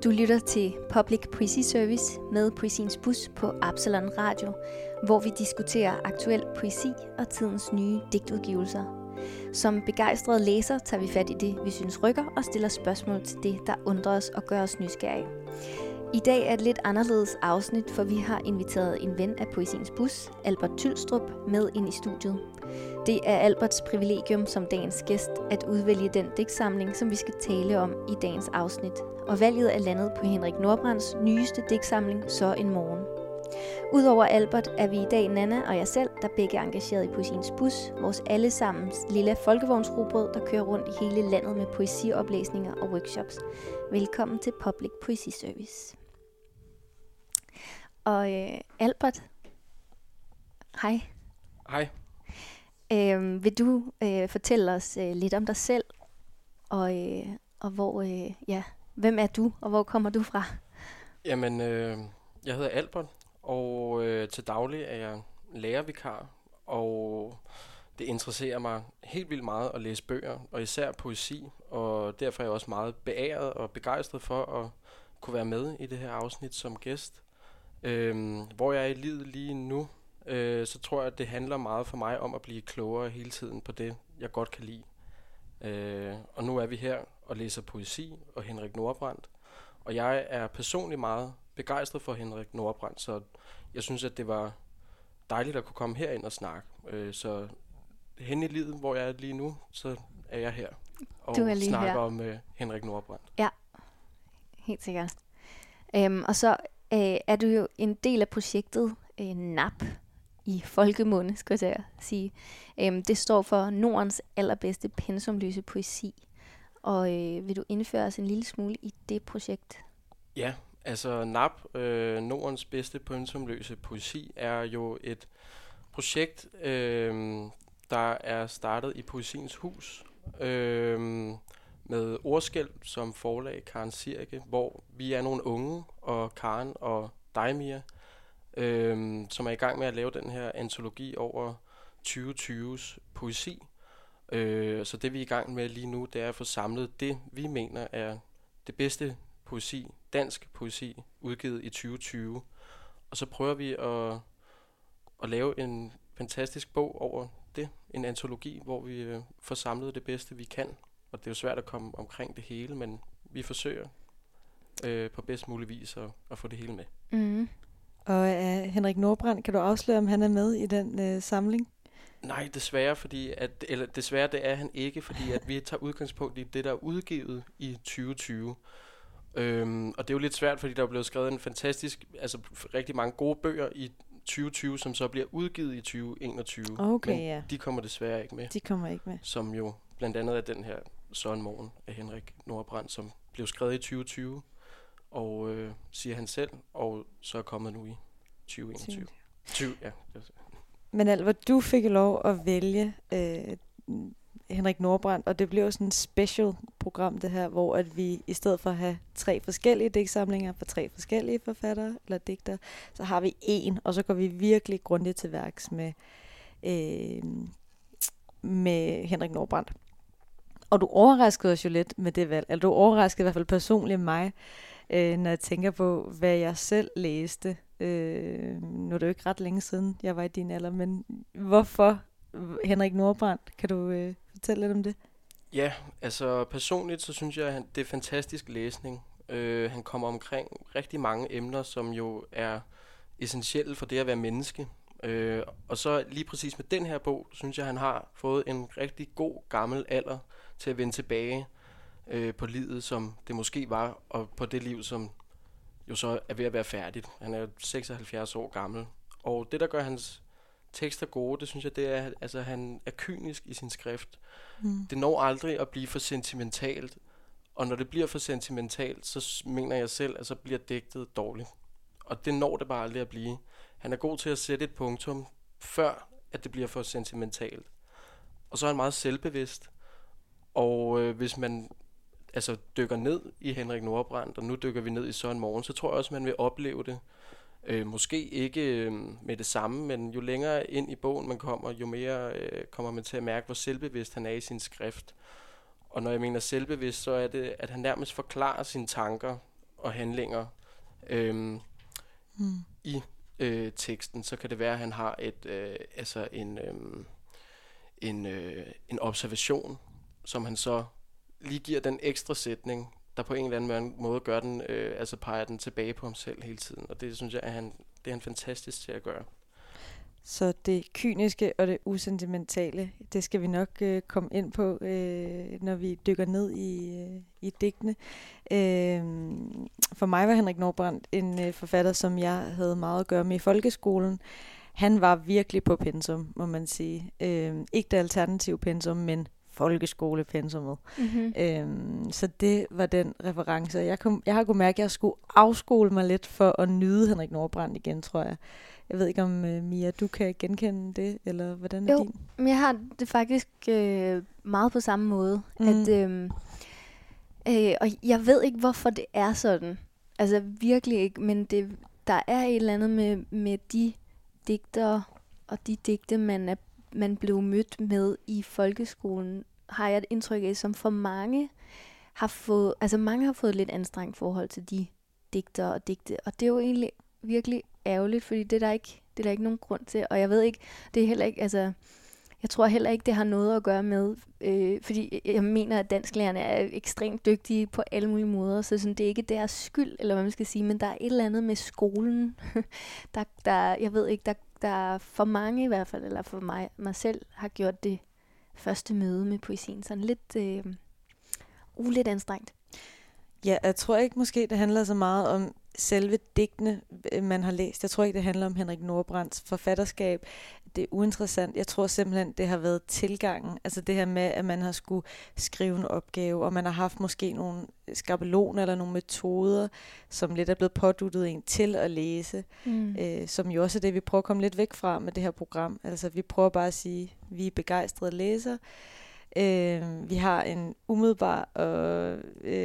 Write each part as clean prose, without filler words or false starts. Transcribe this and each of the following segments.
Du lytter til Public Poesi Service med Poesiens Bus på Absalon Radio, hvor vi diskuterer aktuel poesi og tidens nye digtudgivelser. Som begejstrede læser tager vi fat i det, vi synes rykker, og stiller spørgsmål til det, der undrer os og gør os nysgerrige. I dag er et lidt anderledes afsnit, for vi har inviteret en ven af Poesiens Bus, Albert Tylstrup, med ind i studiet. Det er Alberts privilegium som dagens gæst at udvælge den digtsamling, som vi skal tale om i dagens afsnit. Og valget er landet på Henrik Nordbrands nyeste digtsamling, Så en morgen. Udover Albert er vi i dag Nana og jeg selv, der begge er engageret i Poesiens Bus, vores allesammens lille folkevognsrugbrød, der kører rundt i hele landet med poesioplæsninger og workshops. Velkommen til Public Poesi Service. Og Albert, hej. Hej. Vil du fortælle os lidt om dig selv, og hvor, hvem er du, og hvor kommer du fra? Jamen, jeg hedder Albert, og til daglig er jeg lærervikar, og det interesserer mig helt vildt meget at læse bøger, og især poesi, og derfor er jeg også meget beæret og begejstret for at kunne være med i det her afsnit som gæst. Hvor jeg er i livet lige nu, så tror jeg, at det handler meget for mig om at blive klogere hele tiden på det, jeg godt kan lide. Og nu er vi her og læser poesi og Henrik Nordbrandt, og jeg er personligt meget begejstret for Henrik Nordbrandt, så jeg synes, at det var dejligt at kunne komme herind og snakke. Så hen i livet, hvor jeg er lige nu, så er jeg her og snakker her om Henrik Nordbrandt. Ja, helt sikkert. Og så er du jo en del af projektet NAP i folkemunde, skal jeg sige. Det står for Nordens allerbedste pensumløse poesi. Og vil du indføre os en lille smule i det projekt? Ja, altså NAP, Nordens bedste pensumløse poesi, er jo et projekt, der er startet i Poesiens Hus, med Ordskælv som forlag, Karen Sirke, hvor vi er nogle unge, og Karen og dig, Mia, som er i gang med at lave den her antologi over 2020's poesi. Så det vi er i gang med lige nu, det er at få samlet det, vi mener er det bedste poesi, dansk poesi, udgivet i 2020. Og så prøver vi at lave en fantastisk bog over det, en antologi, hvor vi får samlet det bedste, vi kan. Og det er jo svært at komme omkring det hele, men vi forsøger på bedst mulig vis at få det hele med. Mm. Og Henrik Nordbrandt, kan du afsløre, om han er med i den samling? Nej, desværre, desværre det er han ikke, fordi at vi tager udgangspunkt i det, der er udgivet i 2020. Og det er jo lidt svært, fordi der er blevet skrevet en fantastisk, altså rigtig mange gode bøger i 2020, som så bliver udgivet i 2021. Okay, men ja. de kommer desværre ikke med. De kommer ikke med. Som jo blandt andet er den her Så en morgen af Henrik Nordbrandt, som blev skrevet i 2020, og siger han selv, og så er kommet nu i 2021. 20, ja. Men Albert, du fik lov at vælge Henrik Nordbrandt, og det blev sådan et special program det her, hvor at vi i stedet for at have 3 forskellige digtsamlinger for 3 forskellige forfattere eller digtere, så har vi én, og så går vi virkelig grundigt til værks med Henrik Nordbrandt. Og du overraskede os jo lidt med det valg, eller du overraskede i hvert fald personligt mig, når jeg tænker på, hvad jeg selv læste. Nu er det jo ikke ret længe siden, jeg var i din alder, men hvorfor Henrik Nordbrandt? Kan du fortælle lidt om det? Ja, altså personligt så synes jeg, at det er fantastisk læsning. Han kommer omkring rigtig mange emner, som jo er essentielle for det at være menneske. Og så lige præcis med den her bog, synes jeg, han har fået en rigtig god gammel alder til at vende tilbage på livet, som det måske var, og på det liv, som jo så er ved at være færdigt. Han er 76 år gammel. Og det, der gør hans tekster gode, det synes jeg, det er, altså han er kynisk i sin skrift. Det når aldrig at blive for sentimentalt, og når det bliver for sentimentalt, så mener jeg selv, at så bliver digtet dårligt. Og det når det bare aldrig at blive. Han er god til at sætte et punktum, før at det bliver for sentimentalt. Og så er han meget selvbevidst. Og hvis man dykker ned i Henrik Nordbrandt, og nu dykker vi ned i Så en morgen, så tror jeg også, man vil opleve det. Måske ikke med det samme, men jo længere ind i bogen man kommer, jo mere kommer man til at mærke, hvor selvbevidst han er i sin skrift. Og når jeg mener selvbevidst, så er det, at han nærmest forklarer sine tanker, og handlinger i teksten, så kan det være, at han har en observation, som han så lige giver den ekstra sætning, der på en eller anden måde gør den, peger den tilbage på ham selv hele tiden. Og det synes jeg, det er han fantastisk til at gøre. Så det kyniske og det usentimentale, det skal vi nok komme ind på, når vi dykker ned i digtene. For mig var Henrik Nordbrandt en forfatter, som jeg havde meget at gøre med i folkeskolen. Han var virkelig på pensum, må man sige. Ikke det alternative pensum, men folkeskolepensummet. Mm-hmm. Så det var den reference. Jeg har kunnet mærke, at jeg skulle afskole mig lidt for at nyde Henrik Nordbrandt igen, tror jeg. Jeg ved ikke, om Mia, du kan genkende det, eller hvordan er din? Jo, jeg har det faktisk meget på samme måde. Og jeg ved ikke, hvorfor det er sådan. Altså virkelig ikke, men der er et eller andet med de digtere og de digte, man blev mødt med i folkeskolen, har jeg et indtryk af, som for mange har fået, mange har fået lidt anstrengt forhold til de digtere og digte, og det er jo egentlig virkelig ærgerligt, fordi det er der ikke nogen grund til, og jeg ved ikke, det er heller ikke, jeg tror heller ikke, det har noget at gøre med, fordi jeg mener, at dansklærerne er ekstremt dygtige på alle mulige måder, så sådan, det er ikke deres skyld, eller hvad man skal sige, men der er et eller andet med skolen, jeg ved ikke, der for mange i hvert fald, eller for mig selv, har gjort det første møde med poesien sådan lidt lidt anstrengt. Ja, jeg tror ikke måske, det handler så meget om selve digtene, man har læst. Jeg tror ikke, det handler om Henrik Nordbrandts forfatterskab. Det er uinteressant. Jeg tror simpelthen, det har været tilgangen. Altså det her med, at man har skulle skrive en opgave, og man har haft måske nogle skabeloner eller nogle metoder, som lidt er blevet påduttet en til at læse. Som jo også er det, vi prøver at komme lidt væk fra med det her program. Altså vi prøver bare at sige, at vi er begejstrede læsere. Vi har en umiddelbar og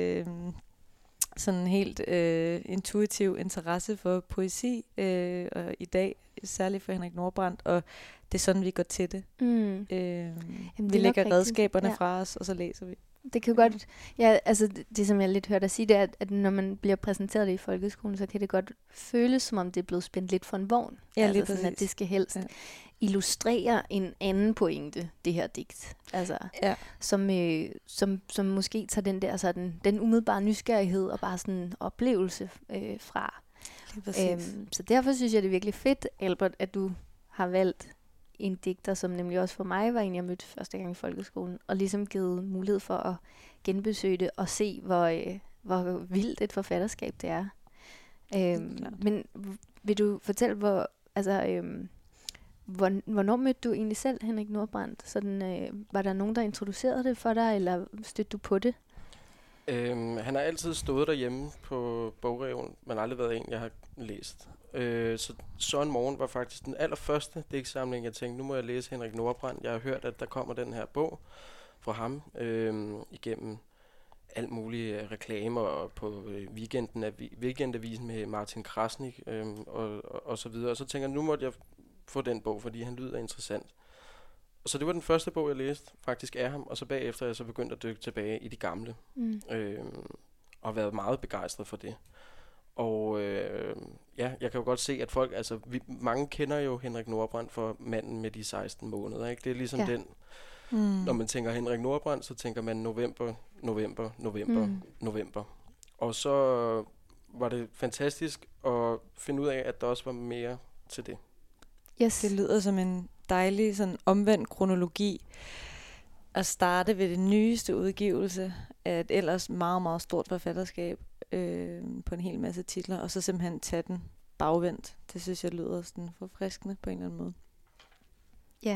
sådan helt intuitiv interesse for poesi, og i dag særligt for Henrik Nordbrandt, og det er sådan, vi går til det. Vi lægger redskaberne fra os, og så læser vi. Det kan godt, det som jeg lidt hørte dig sige, det er, at når man bliver præsenteret det i folkeskolen, så kan det godt føles, som om det er blevet spændt lidt for en vogn. Ja, lige sådan, at det skal helst illustrere en anden pointe, det her digt. Som måske tager den der sådan, den umiddelbare nysgerrighed og bare sådan en oplevelse fra. Så derfor synes jeg, det er virkelig fedt, Albert, at du har valgt en digter, som nemlig også for mig var en, jeg mødte første gang i folkeskolen, og ligesom givet mulighed for at genbesøge det og se, hvor vildt et forfatterskab det er. Men vil du fortælle, hvornår mødte du egentlig selv Henrik Nordbrandt? Sådan, var der nogen, der introducerede det for dig, eller stødte du på det? Han har altid stået derhjemme på bogreolen, men aldrig været en, jeg har læst. Så en morgen var faktisk den allerførste digtsamling, jeg tænkte, nu må jeg læse Henrik Nordbrandt. Jeg har hørt, at der kommer den her bog fra ham igennem alt mulige reklamer på Weekendavisen med Martin Krasnik og så videre. Og så tænker jeg, nu måtte jeg få den bog, fordi han lyder interessant. Og så det var den første bog, jeg læste faktisk af ham, og så bagefter er jeg så begyndt at dykke tilbage i de gamle. Og været meget begejstret for det. Og jeg kan jo godt se, at folk, mange kender jo Henrik Nordbrandt for Manden med de 16 måneder, ikke? Det er ligesom den, når man tænker Henrik Nordbrandt, så tænker man november. Og så var det fantastisk at finde ud af, at der også var mere til det. Yes. Det lyder som en dejlig sådan omvendt kronologi at starte ved den nyeste udgivelse af et ellers meget, meget stort forfatterskab på en hel masse titler, og så simpelthen tage den bagvendt. Det synes jeg lyder sådan forfriskende på en eller anden måde. Ja.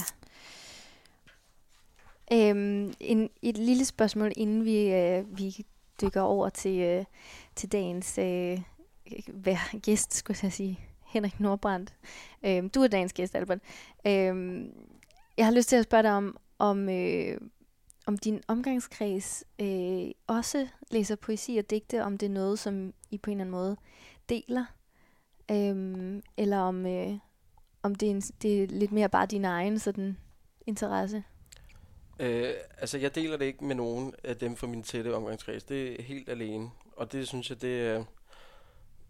Et lille spørgsmål, inden vi dykker over til dagens gæst, skulle jeg sige. Henrik Nordbrandt. Du er dagens gæst, Albert. Jeg har lyst til at spørge dig om din omgangskreds også læser poesi og digte, om det er noget, som I på en eller anden måde deler, eller om det er lidt mere bare din egen sådan interesse. Jeg deler det ikke med nogen af dem fra min tætte omgangskreds. Det er helt alene, og det synes jeg, det er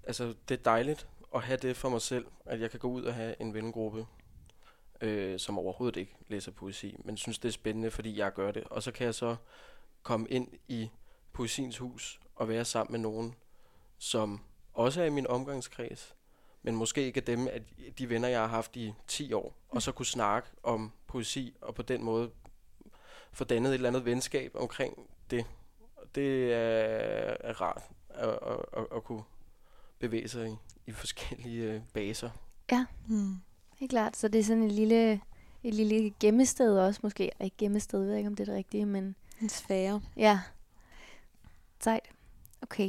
altså, det er dejligt at have det for mig selv, at jeg kan gå ud og have en vennegruppe, som overhovedet ikke læser poesi, men synes, det er spændende, fordi jeg gør det. Og så kan jeg så komme ind i Poesiens Hus og være sammen med nogen, som også er i min omgangskreds, men måske ikke er dem, at de venner, jeg har haft i 10 år, og så kunne snakke om poesi, og på den måde få dannet et eller andet venskab omkring det. Det er rart at kunne bevæge sig i forskellige baser. Ja, helt klart. Så det er sådan et lille gemmested også, måske. Ikke gemmested, jeg ved ikke, om det er det rigtige, men... En sfære. Ja. Sejt. Okay.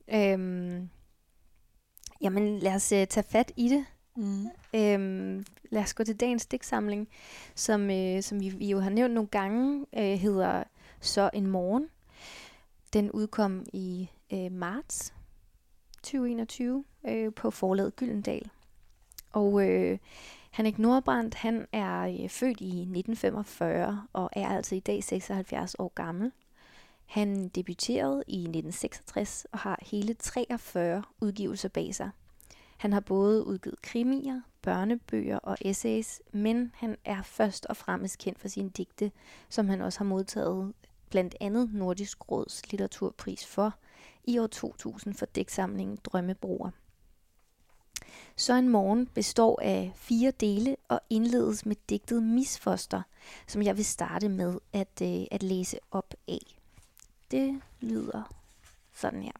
Jamen, lad os tage fat i det. Lad os gå til dagens digtsamling, som vi jo har nævnt nogle gange, hedder Så en morgen. Den udkom i marts 2021 på forlaget Gyldendal. Og Henrik Nordbrandt, han er født i 1945 og er altså i dag 76 år gammel. Han debuterede i 1966 og har hele 43 udgivelser bag sig. Han har både udgivet krimier, børnebøger og essays, men han er først og fremmest kendt for sine digte, som han også har modtaget blandt andet Nordisk Råds litteraturpris for i år 2000 for digtsamlingen Drømmebroer. Så en morgen består af 4 dele og indledes med digtet Misfoster, som jeg vil starte med at læse op af. Det lyder sådan her.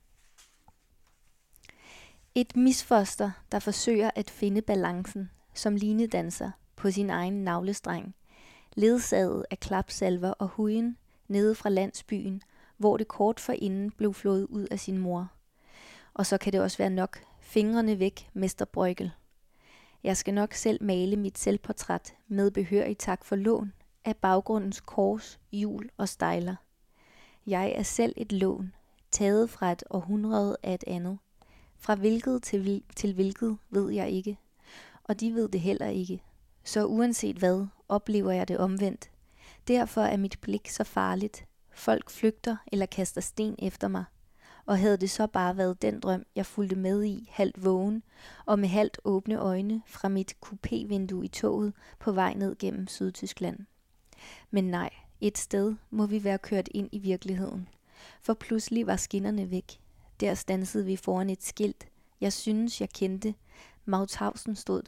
Et misfoster, der forsøger at finde balancen som linedanser på sin egen navlestreng, ledsaget af klapsalver og huden nede fra landsbyen, hvor det kort forinden blev flået ud af sin mor. Og så kan det også være nok. Fingrene væk, mester Brøgel. Jeg skal nok selv male mit selvportræt med behørig tak for lån af baggrundens kors, hjul og stejler. Jeg er selv et lån, taget fra et århundrede af et andet. Fra hvilket til hvilket ved jeg ikke, og de ved det heller ikke. Så uanset hvad, oplever jeg det omvendt. Derfor er mit blik så farligt. Folk flygter eller kaster sten efter mig. Og havde det så bare været den drøm, jeg fulgte med i, halvt vågen, og med halvt åbne øjne fra mit kupévindue i toget på vej ned gennem Sydtyskland. Men nej, et sted må vi være kørt ind i virkeligheden. For pludselig var skinnerne væk. Der stansede vi foran et skilt. Jeg synes, jeg kendte. Mauthausen stod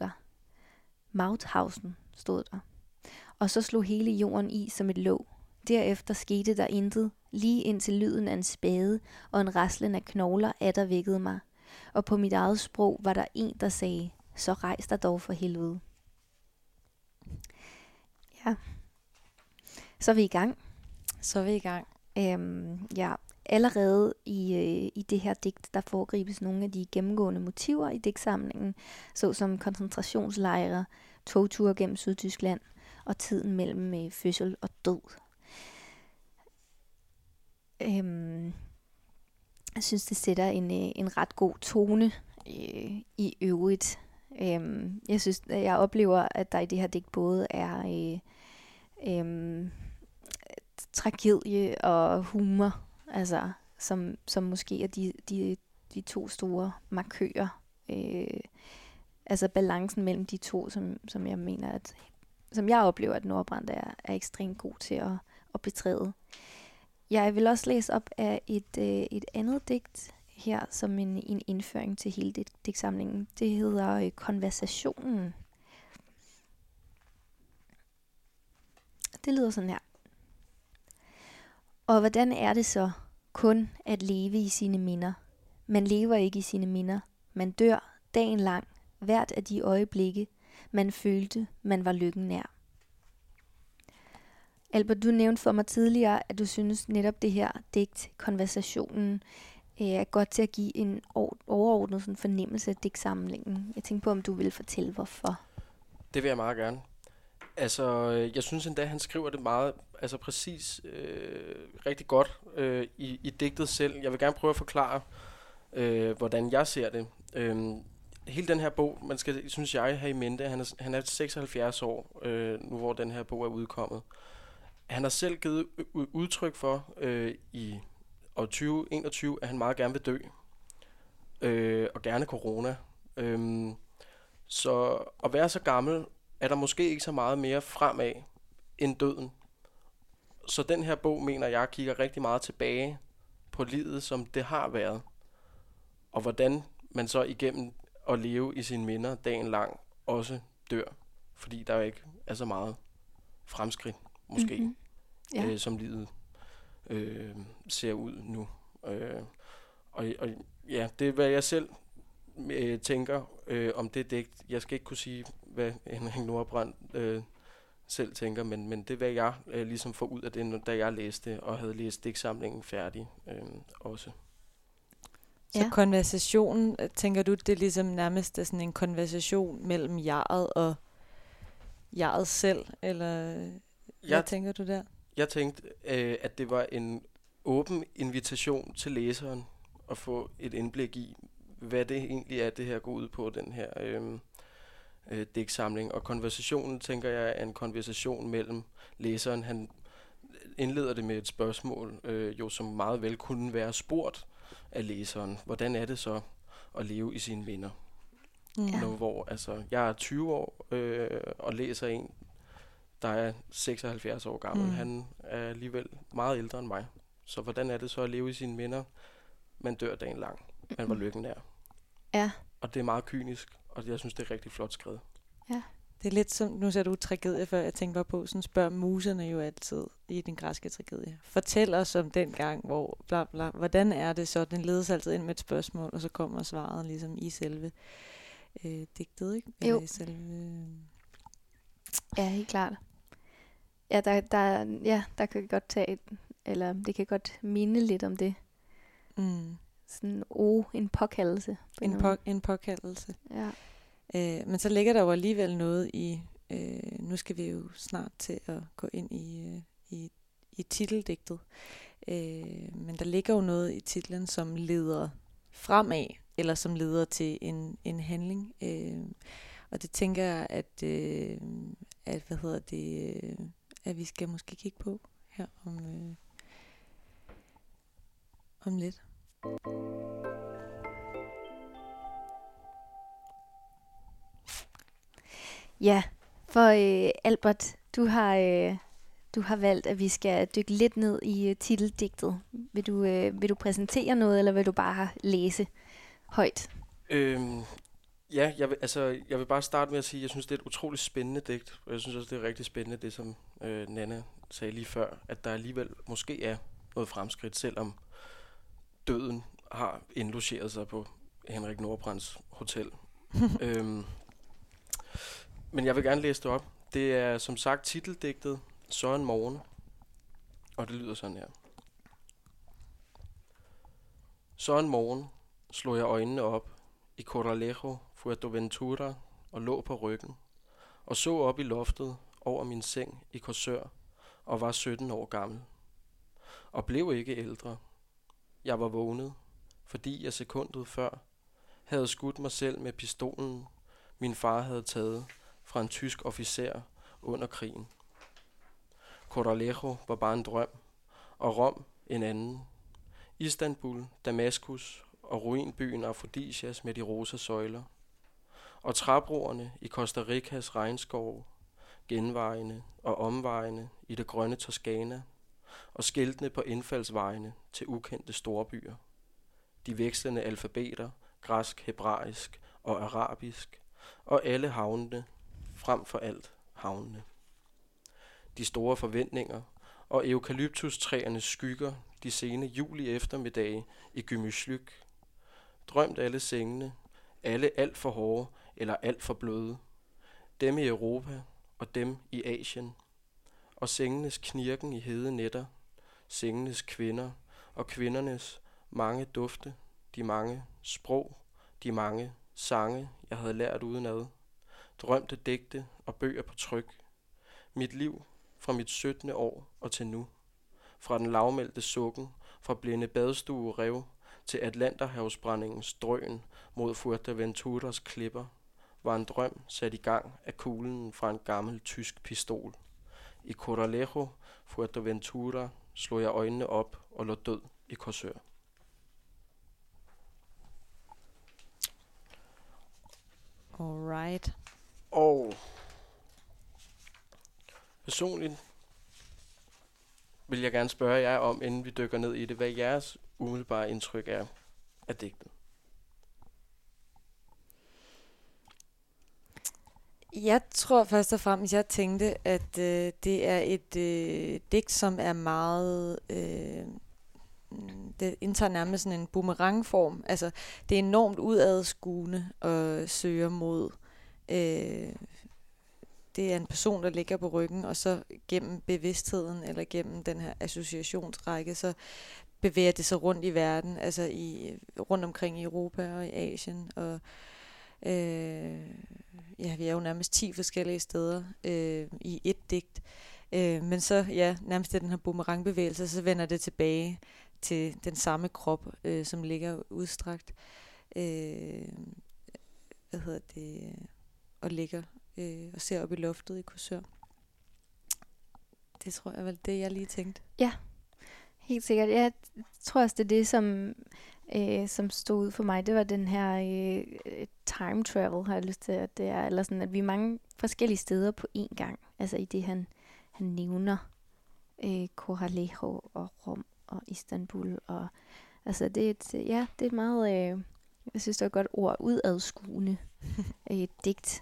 der. Og så slog hele jorden i som et låg. Derefter skete der intet, lige indtil lyden af en spade og en raslen af knogler atter vækkede mig. Og på mit eget sprog var der en, der sagde, så rejs dig dog for helvede. Ja, så er vi i gang. Ja, allerede i det her digt, der foregribes nogle af de gennemgående motiver i digtsamlingen, såsom koncentrationslejre, togture gennem Sydtyskland og tiden mellem fødsel og død. Jeg synes, det sætter en ret god tone i øvrigt. Jeg oplever, at der i det her digt både er tragedie og humor, altså som måske er de 2 store markører. Altså balancen mellem de to, som jeg mener, som jeg oplever, at Nordbrandt er ekstremt god til at betræde. Jeg vil også læse op af et andet digt her, som en indføring til hele digtsamlingen. Det hedder Konversationen. Det lyder sådan her. Og hvordan er det så kun at leve i sine minder? Man lever ikke i sine minder. Man dør dagen lang, hvert af de øjeblikke, man følte, man var lykken nær. Albert, du nævnte for mig tidligere, at du synes netop det her digt, Konversationen, er godt til at give en overordnet sådan fornemmelse af digtsamlingen. Jeg tænkte på, om du ville fortælle, hvorfor. Det vil jeg meget gerne. Altså, jeg synes endda, han skriver det meget præcis rigtig godt i digtet selv. Jeg vil gerne prøve at forklare, hvordan jeg ser det. Hele den her bog, man skal, synes jeg, have i mente, han er 76 år, nu hvor den her bog er udkommet. Han har selv givet udtryk for i år 2021, at han meget gerne vil dø. og gerne corona. Så at være så gammel, er der måske ikke så meget mere fremad end døden. Så den her bog, mener jeg, kigger rigtig meget tilbage på livet, som det har været. Og hvordan man så igennem at leve i sine minder dagen lang også dør. Fordi der ikke er så meget fremskridt, måske, som livet ser ud nu. Og ja, det er, hvad jeg selv tænker om det digt. Jeg skal ikke kunne sige, hvad Henrik Nordbrandt selv tænker, men det er, hvad jeg ligesom får ud af det, da jeg læste og havde læst digtsamlingen færdig også. Så konversationen, tænker du, det er ligesom nærmest er sådan en konversation mellem jeget og jeget selv, eller hvad tænker du der? Jeg tænkte, at det var en åben invitation til læseren at få et indblik i, hvad det egentlig er, det her går ud på, den her digtsamling. Og konversationen, tænker jeg, er en konversation mellem læseren. Han indleder det med et spørgsmål, jo som meget vel kunne være spurgt af læseren. Hvordan er det så at leve i sine minder? Nu, hvor altså, jeg er 20 år og læser en, der er 76 år gammel. Han er alligevel meget ældre end mig. Så hvordan er det så at leve i sine minder? Man dør dagen lang, men hvor lykken er. Ja. Og det er meget kynisk, og jeg synes, det er rigtig flot skrevet. Ja. Det er lidt som, nu ser du tragedie før, jeg tænker bare på, sådan spørger muserne jo altid i den græske tragedie. Fortæl os om den gang, hvor bla bla, hvordan er det så? Den ledes altid ind med et spørgsmål, og så kommer svaret ligesom i selve digtet, ikke? Jo. I selve... Ja, helt klart. Ja, der kan godt tage eller det kan godt minde lidt om det. Sådan en påkaldelse. En påkaldelse. Ja. Men så ligger der jo alligevel noget i, nu skal vi jo snart til at gå ind i titeldigtet, men der ligger jo noget i titlen, som leder fremad, eller som leder til en handling, og det tænker jeg, at vi skal måske kigge på her om lidt. Ja, for Albert, du har valgt, at vi skal dykke lidt ned i titeldigtet. Vil du præsentere noget, eller vil du bare læse højt? Ja, jeg vil bare starte med at sige, at jeg synes, det er et utroligt spændende digt. Og jeg synes også, det er rigtig spændende, det som Nanna sagde lige før, at der alligevel måske er noget fremskridt, selvom døden har indlogeret sig på Henrik Nordbrands hotel. Men jeg vil gerne læse det op. Det er som sagt titeldigtet Så en morgen, og det lyder sådan her. Så en morgen slog jeg øjnene op i Corralejo, Fuerteventura og lå på ryggen og så op i loftet over min seng i Korsør og var 17 år gammel. Og blev ikke ældre. Jeg var vågnet, fordi jeg sekundet før havde skudt mig selv med pistolen, min far havde taget fra en tysk officer under krigen. Corralejo var bare en drøm, og Rom en anden. Istanbul, Damaskus og ruinbyen Afrodisias med de rosa søjler. Og træbroerne i Costa Ricas regnskov, genvejene og omvejene i det grønne Toskana, og skiltene på indfaldsvejene til ukendte storbyer. De vekslende alfabeter, græsk, hebraisk og arabisk, og alle havnene, frem for alt havnene. De store forventninger og eukalyptustræernes skygger de sene juli eftermiddage i Gümüşlük. Drømt alle sengene, alle alt for hårde eller alt for bløde. Dem i Europa og dem i Asien. Og sengenes knirken i hede nætter, sengenes kvinder og kvindernes mange dufte, de mange sprog, de mange sange, jeg havde lært udenad. Drømte digte og bøger på tryk. Mit liv fra mit 17. år og til nu. Fra den lavmælte sukken, fra blinde badstue rev til Atlanterhavsbrændingens drøn mod Fuerteventuras klipper, var en drøm sat i gang af kuglen fra en gammel tysk pistol. I Corralejo, Fuerteventura, slog jeg øjnene op og lå død i Korsør. Alright. Og personligt vil jeg gerne spørge jer om, inden vi dykker ned i det, hvad jeres umiddelbare indtryk er af digtet. Jeg tror først og fremmest, jeg tænkte, at det er et digt, som er meget... det indtager nærmest sådan en boomerangform. Altså, det er enormt udadskuende og søger mod... det er en person, der ligger på ryggen, og så gennem bevidstheden, eller gennem den her associationsrække, så bevæger det sig rundt i verden, altså rundt omkring i Europa og i Asien, og vi er jo nærmest 10 forskellige steder i et digt. Men så, nærmest den her boomerangbevægelse, så vender det tilbage til den samme krop, som ligger udstrakt. Og ligger og ser op i loftet i Korsør. Det tror jeg vel, det jeg lige tænkte. Ja, helt sikkert. Jeg tror også, det er det, som stod ud for mig. Det var den her time travel, har jeg lyst til, at det er. Eller sådan, at vi er mange forskellige steder på én gang. Altså i det, han nævner Corralejo og Rom og Istanbul. Og, altså det er et meget, jeg synes, det er et godt ord, udadskuende digt.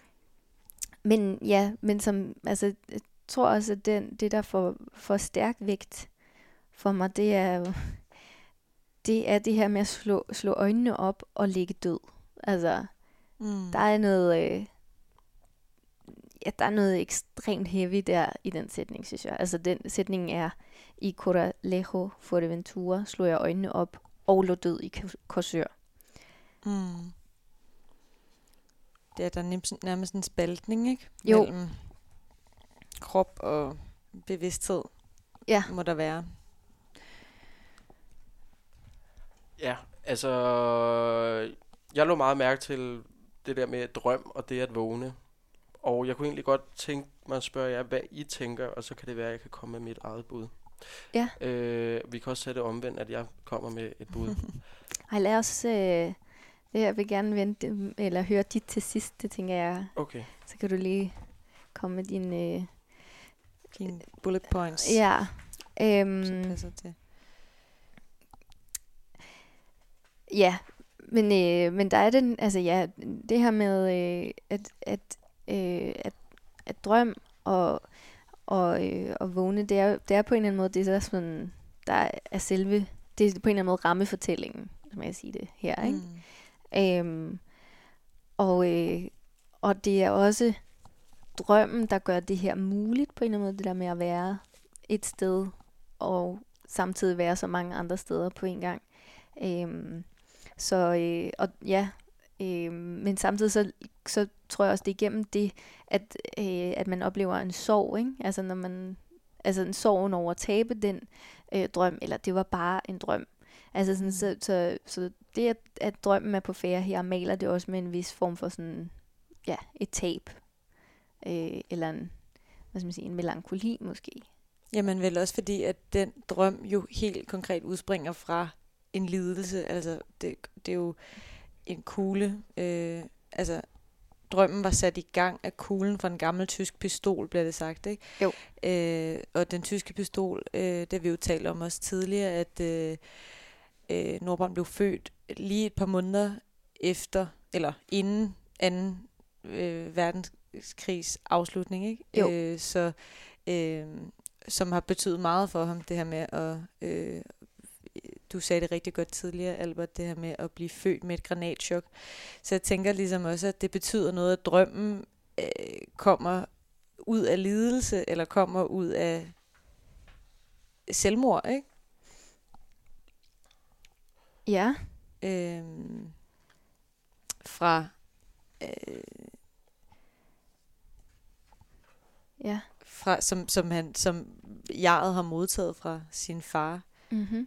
Men som, altså, jeg tror også, at det der får stærk vægt for mig, det er det her med at slå øjnene op og ligge død. Altså, der er noget, der er noget ekstremt heavy der i den sætning, synes jeg. Altså, den sætning er, i Corralejo Fuerteventura slog jeg øjnene op og lå død i Korsør. Det er der nærmest en spaltning, ikke? Jo. Mellem krop og bevidsthed, må der være. Ja, altså, jeg lå meget mærke til det der med drøm og det at vågne. Og jeg kunne egentlig godt tænke mig at spørge jer, hvad I tænker, og så kan det være, at jeg kan komme med mit eget bud. Ja. Vi kan også sætte det omvendt, at jeg kommer med et bud. Ej, lad os... jeg vil gerne vente, eller høre dit til sidst, det tænker jeg. Okay. Så kan du lige komme med dine bullet points. Ja. Som passer til. Ja, men der er den, altså det her med at drøm og vågne, det er på en eller anden måde, det er sådan, der er selve, det er på en eller anden måde rammefortællingen, som jeg siger det her, ikke? Og det er også drømmen, der gør det her muligt på en eller anden måde, det der med at være et sted og samtidig være så mange andre steder på en gang. Men samtidig så tror jeg også, det er igennem det, at man oplever en sorg, ikke? Altså når man, altså en sorg over at tabe den drøm, eller det var bare en drøm. Altså sådan, så det, at drømmen er på færde her, maler det også med en vis form for sådan, et tab. Eller en melankoli måske. Jamen vel også fordi, at den drøm jo helt konkret udspringer fra en lidelse. Altså det er jo en kugle. Drømmen var sat i gang af kuglen fra en gammel tysk pistol, bliver det sagt, ikke? Jo. Og den tyske pistol, det har vi jo talt om også tidligere, at Nordbrand blev født lige et par måneder efter, eller inden 2. verdenskrigs afslutning, ikke? Jo. Som har betydet meget for ham, det her med at... du sagde det rigtig godt tidligere, Albert, det her med at blive født med et granatchok. Så jeg tænker ligesom også, at det betyder noget, at drømmen kommer ud af lidelse, eller kommer ud af selvmord, ikke? Ja. Fra... fra som Jarret har modtaget fra sin far. Mhm.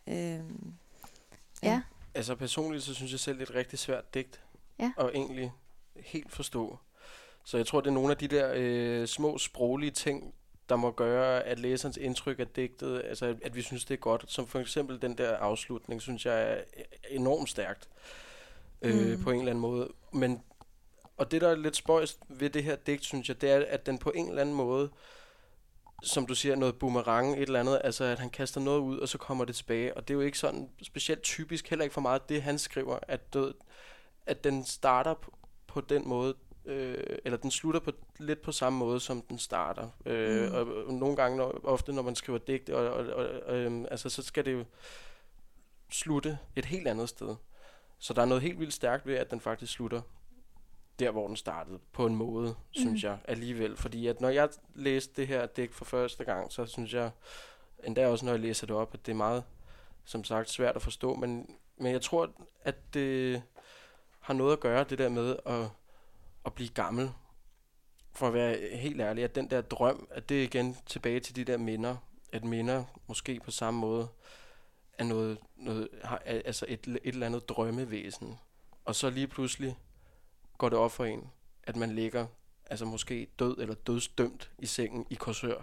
Altså personligt, så synes jeg selv, det er et rigtig svært digt. Ja. Og egentlig helt forstå. Så jeg tror, det er nogle af de der små sproglige ting, der må gøre, at læserens indtryk af digtet, altså at vi synes, det er godt. Som for eksempel den der afslutning, synes jeg er enormt stærkt. På en eller anden måde. Men Og det, der er lidt spøjst ved det her digt, synes jeg, det er, at den på en eller anden måde, som du siger, noget boomerang, et eller andet, altså at han kaster noget ud, og så kommer det tilbage. Og det er jo ikke sådan specielt typisk, heller ikke for meget det, han skriver, at den starter på den måde, eller den slutter lidt på samme måde, som den starter. Og nogle gange, ofte når man skriver digt, altså, så skal det jo slutte et helt andet sted. Så der er noget helt vildt stærkt ved, at den faktisk slutter der, hvor den startede, på en måde, synes jeg, alligevel. Fordi at når jeg læste det her digt for første gang, så synes jeg, endda også når jeg læser det op, at det er meget, som sagt, svært at forstå. Men jeg tror, at det har noget at gøre, det der med at blive gammel. For at være helt ærlig, at den der drøm, at det er igen tilbage til de der minder. At minder måske på samme måde er altså et eller andet drømmevæsen. Og så lige pludselig går det op for en, at man ligger altså måske død eller dødsdømt i sengen i Korsør.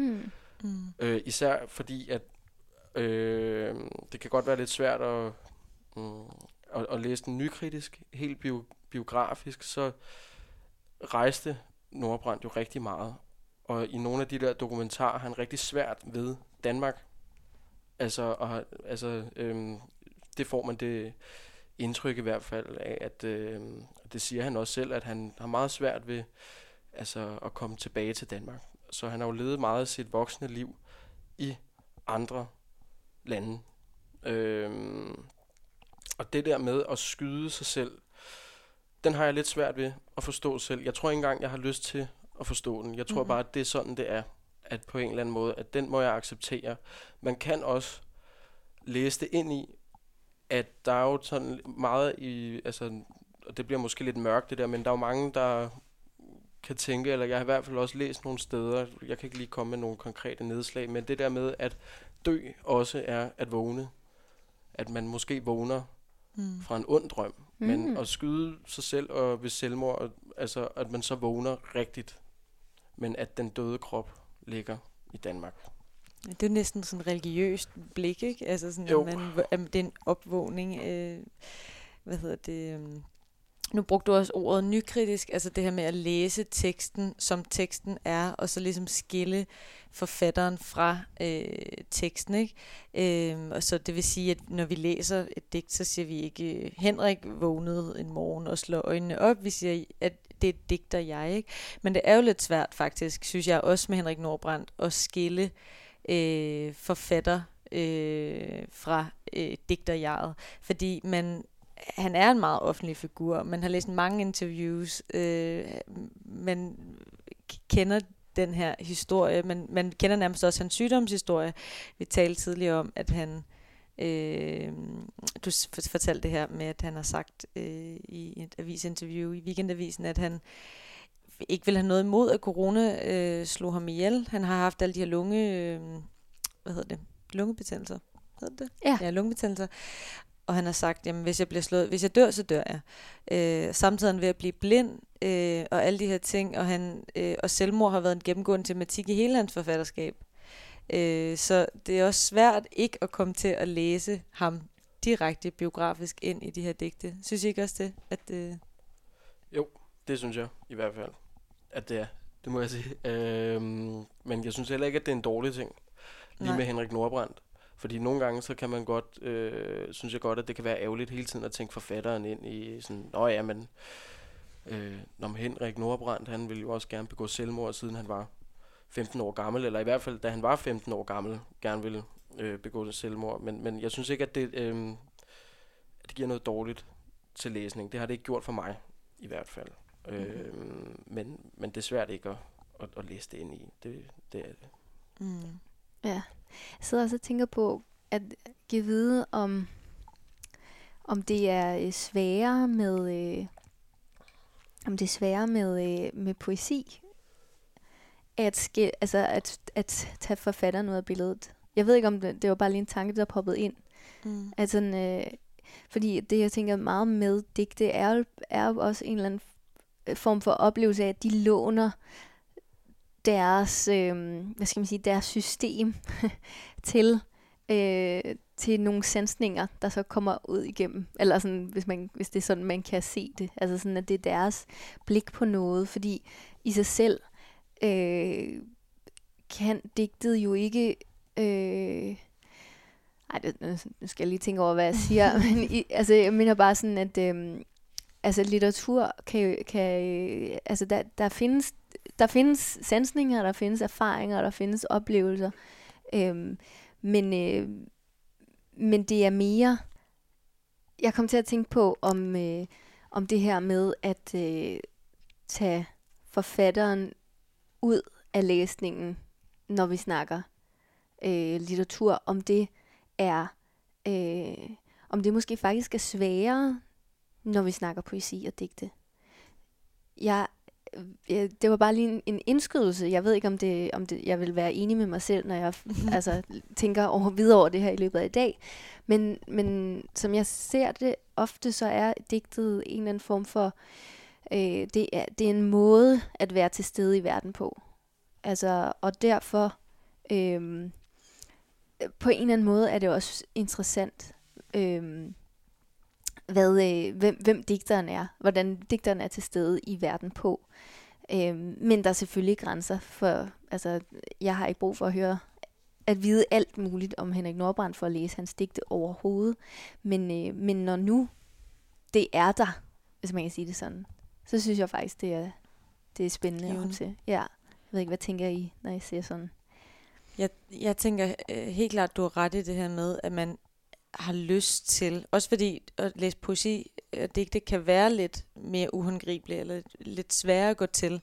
Især fordi, at det kan godt være lidt svært at læse den nykritisk, helt biografisk, så rejste Nordbrandt jo rigtig meget. Og i nogle af de der dokumentarer har han rigtig svært ved Danmark. Det får man det indtryk i hvert fald af, at det siger han også selv, at han har meget svært ved at komme tilbage til Danmark. Så han har jo levet meget af sit voksne liv i andre lande. Og det der med at skyde sig selv, den har jeg lidt svært ved at forstå selv. Jeg tror ikke engang, jeg har lyst til at forstå den. Jeg tror bare, at det er sådan, det er. At på en eller anden måde, at den må jeg acceptere. Man kan også læse det ind i, at der er jo sådan meget i, og det bliver måske lidt mørkt det der, men der er jo mange, der kan tænke, eller jeg har i hvert fald også læst nogle steder, jeg kan ikke lige komme med nogle konkrete nedslag, men det der med, at dø også er at vågne. At man måske vågner fra en ond drøm, men at skyde sig selv og ved selvmord, altså at man så vågner rigtigt, men at den døde krop ligger i Danmark. Det er næsten sådan en religiøst blik, ikke? Altså sådan, at det er en opvågning. Nu brugte du også ordet nykritisk, altså det her med at læse teksten, som teksten er, og så ligesom skille forfatteren fra teksten, ikke? Og så det vil sige, at når vi læser et digt, så siger vi ikke, Henrik vågnede en morgen og slår øjnene op. Vi siger, at det er et digter jeg, ikke? Men det er jo lidt svært faktisk, synes jeg, også med Henrik Nordbrandt, at skille forfatter fra digterjeget, fordi han er en meget offentlig figur. Man har læst mange interviews, man kender den her historie, man kender nærmest også hans sygdomshistorie. Vi talte tidligere om, at han du fortalte det her med, at han har sagt i et avisinterview i Weekendavisen, at han ikke vil have noget imod, at corona slog ham ihjel. Han har haft alle de her lungebetændelser. Hedder det? Ja, lungebetændelser. Og han har sagt, jamen hvis jeg dør, så dør jeg. Samtidig er han ved at blive blind, og alle de her ting, og selvmord har været en gennemgående tematik i hele hans forfatterskab. Så det er også svært ikke at komme til at læse ham direkte biografisk ind i de her digte. Synes I ikke også det? Jo, det synes jeg i hvert fald, at det er. Det må jeg sige. Men jeg synes heller ikke, at det er en dårlig ting. Lige med Henrik Nordbrandt. Fordi nogle gange, så kan man godt, synes jeg godt, at det kan være ærgerligt hele tiden at tænke forfatteren ind i sådan, når Henrik Nordbrandt, han ville jo også gerne begå selvmord, siden han var 15 år gammel, eller i hvert fald, da han var 15 år gammel, gerne ville begå selvmord. Men jeg synes ikke, at det giver noget dårligt til læsning. Det har det ikke gjort for mig, i hvert fald. Men det er svært ikke at læse det ind i. Det er det. Ja. Jeg sidder også og tænker på at give vide om det er sværere med poesi at tage forfatteren ud af billedet. Jeg ved ikke om det var bare lige en tanke der poppede ind. Fordi det jeg tænker meget med digte er jo også en eller anden form for oplevelse af at de låner deres deres system til til nogle sansninger, der så kommer ud igennem. Eller sådan, hvis det er sådan, man kan se det. Altså sådan, at det er deres blik på noget. Fordi i sig selv kan digtet jo ikke... nu skal jeg lige tænke over, hvad jeg siger. Men jeg mener bare sådan, at litteratur der findes sansninger, der findes erfaringer, der findes oplevelser. Men det er mere... Jeg kom til at tænke på om det her med at tage forfatteren ud af læsningen, når vi snakker litteratur, om det måske faktisk er sværere, når vi snakker poesi og digte. Det var bare lige en indskydelse. Jeg ved ikke, om det jeg vil være enig med mig selv, når jeg tænker videre over det her i løbet af i dag. Men som jeg ser det ofte, så er digtet en eller anden form for... det er en måde at være til stede i verden på. Og derfor... på en eller anden måde er det også interessant, hvem digteren er, hvordan digteren er til stede i verden på. Men der er selvfølgelig grænser for, jeg har ikke brug for at vide alt muligt om Henrik Nordbrandt for at læse hans digte overhovedet. Men når nu det er der, hvis man kan sige det sådan, så synes jeg faktisk, det er spændende at komme til. Ja. Jeg ved ikke, hvad tænker I, når I siger sådan? Jeg tænker helt klart, du har ret i det her med, at man har lyst til, også fordi at læse poesi og digte kan være lidt mere uhåndgribeligt, eller lidt sværere at gå til,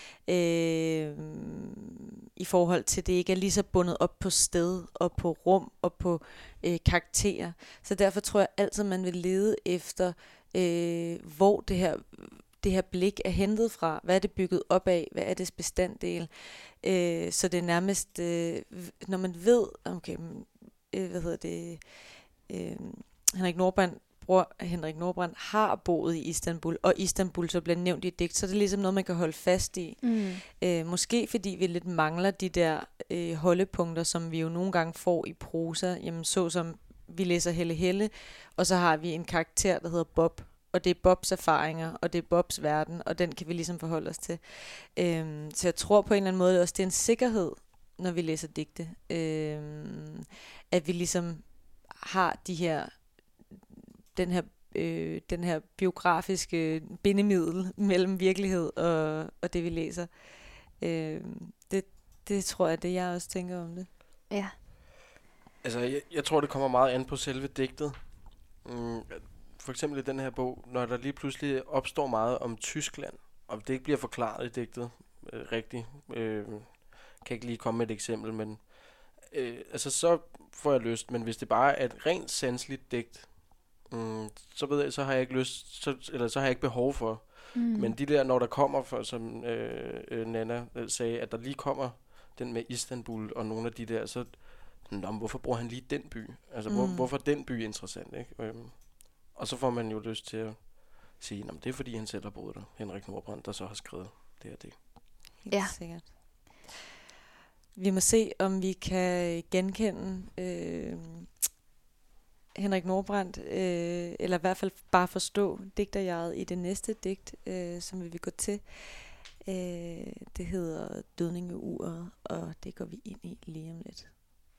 i forhold til, det ikke er lige så bundet op på sted, og på rum, og på karakterer. Så derfor tror jeg altid, man vil lede efter, hvor det her blik er hentet fra. Hvad er det bygget op af? Hvad er dets bestanddel? Så det er nærmest, når man ved, okay, Henrik Nordbrandt har boet i Istanbul, og Istanbul så bliver nævnt i et digt, så det er ligesom noget, man kan holde fast i. Måske fordi vi lidt mangler de der holdepunkter, som vi jo nogle gange får i prosa, jamen så som vi læser Helle Helle, og så har vi en karakter, der hedder Bob, og det er Bobs erfaringer, og det er Bobs verden, og den kan vi ligesom forholde os til. Så jeg tror på en eller anden måde også, det er en sikkerhed, når vi læser digte, at vi ligesom har den her biografiske bindemiddel mellem virkelighed og det, vi læser. Det tror jeg, det jeg også tænker om det. Ja. Jeg tror, det kommer meget an på selve digtet. For eksempel i den her bog, når der lige pludselig opstår meget om Tyskland, og det ikke bliver forklaret i digtet rigtigt, kan ikke lige komme med et eksempel, men så får jeg lyst. Men hvis det bare er et rent sanseligt digt, så ved jeg, så har jeg ikke lyst, så har jeg ikke behov for. Men de der, når der kommer, for, som Nana sagde, at der lige kommer den med Istanbul og nogle af de der, så hvorfor bruger han lige den by? Hvorfor er den by interessant, ikke? Og så får man jo lyst til at sige, det er fordi han selv har boet der, Henrik Nordbrandt, der så har skrevet det her digt. Helt sikkert. Vi må se, om vi kan genkende Henrik Nordbrandt, eller i hvert fald bare forstå digterjeget i det næste digt, som vi vil gå til. Det hedder Dødningeuret, og det går vi ind i lige om lidt.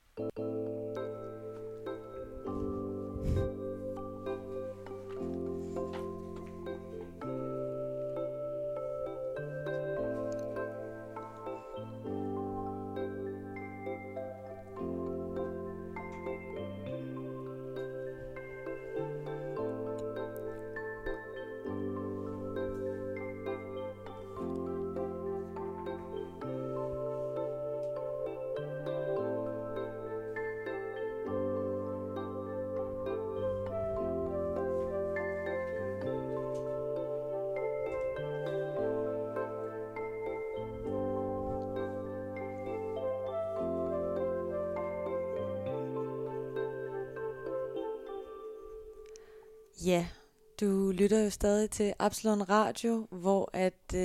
Ja, du lytter jo stadig til Absalon Radio, hvor at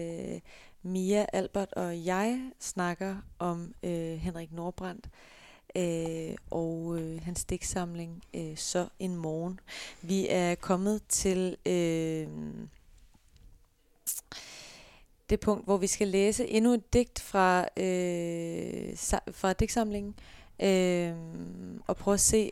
Mia, Albert og jeg snakker om Henrik Nordbrandt. og hans digtsamling Så en morgen. Vi er kommet til det punkt, hvor vi skal læse endnu et digt fra digtsamlingen, og prøve at se,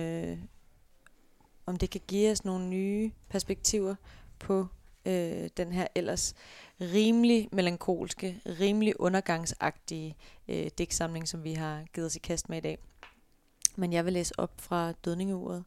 om det kan give os nogle nye perspektiver på den her ellers rimelig melankolske, rimelig undergangsagtige digtsamling, som vi har givet os i kast med i dag. Men jeg vil læse op fra Dødningeuret.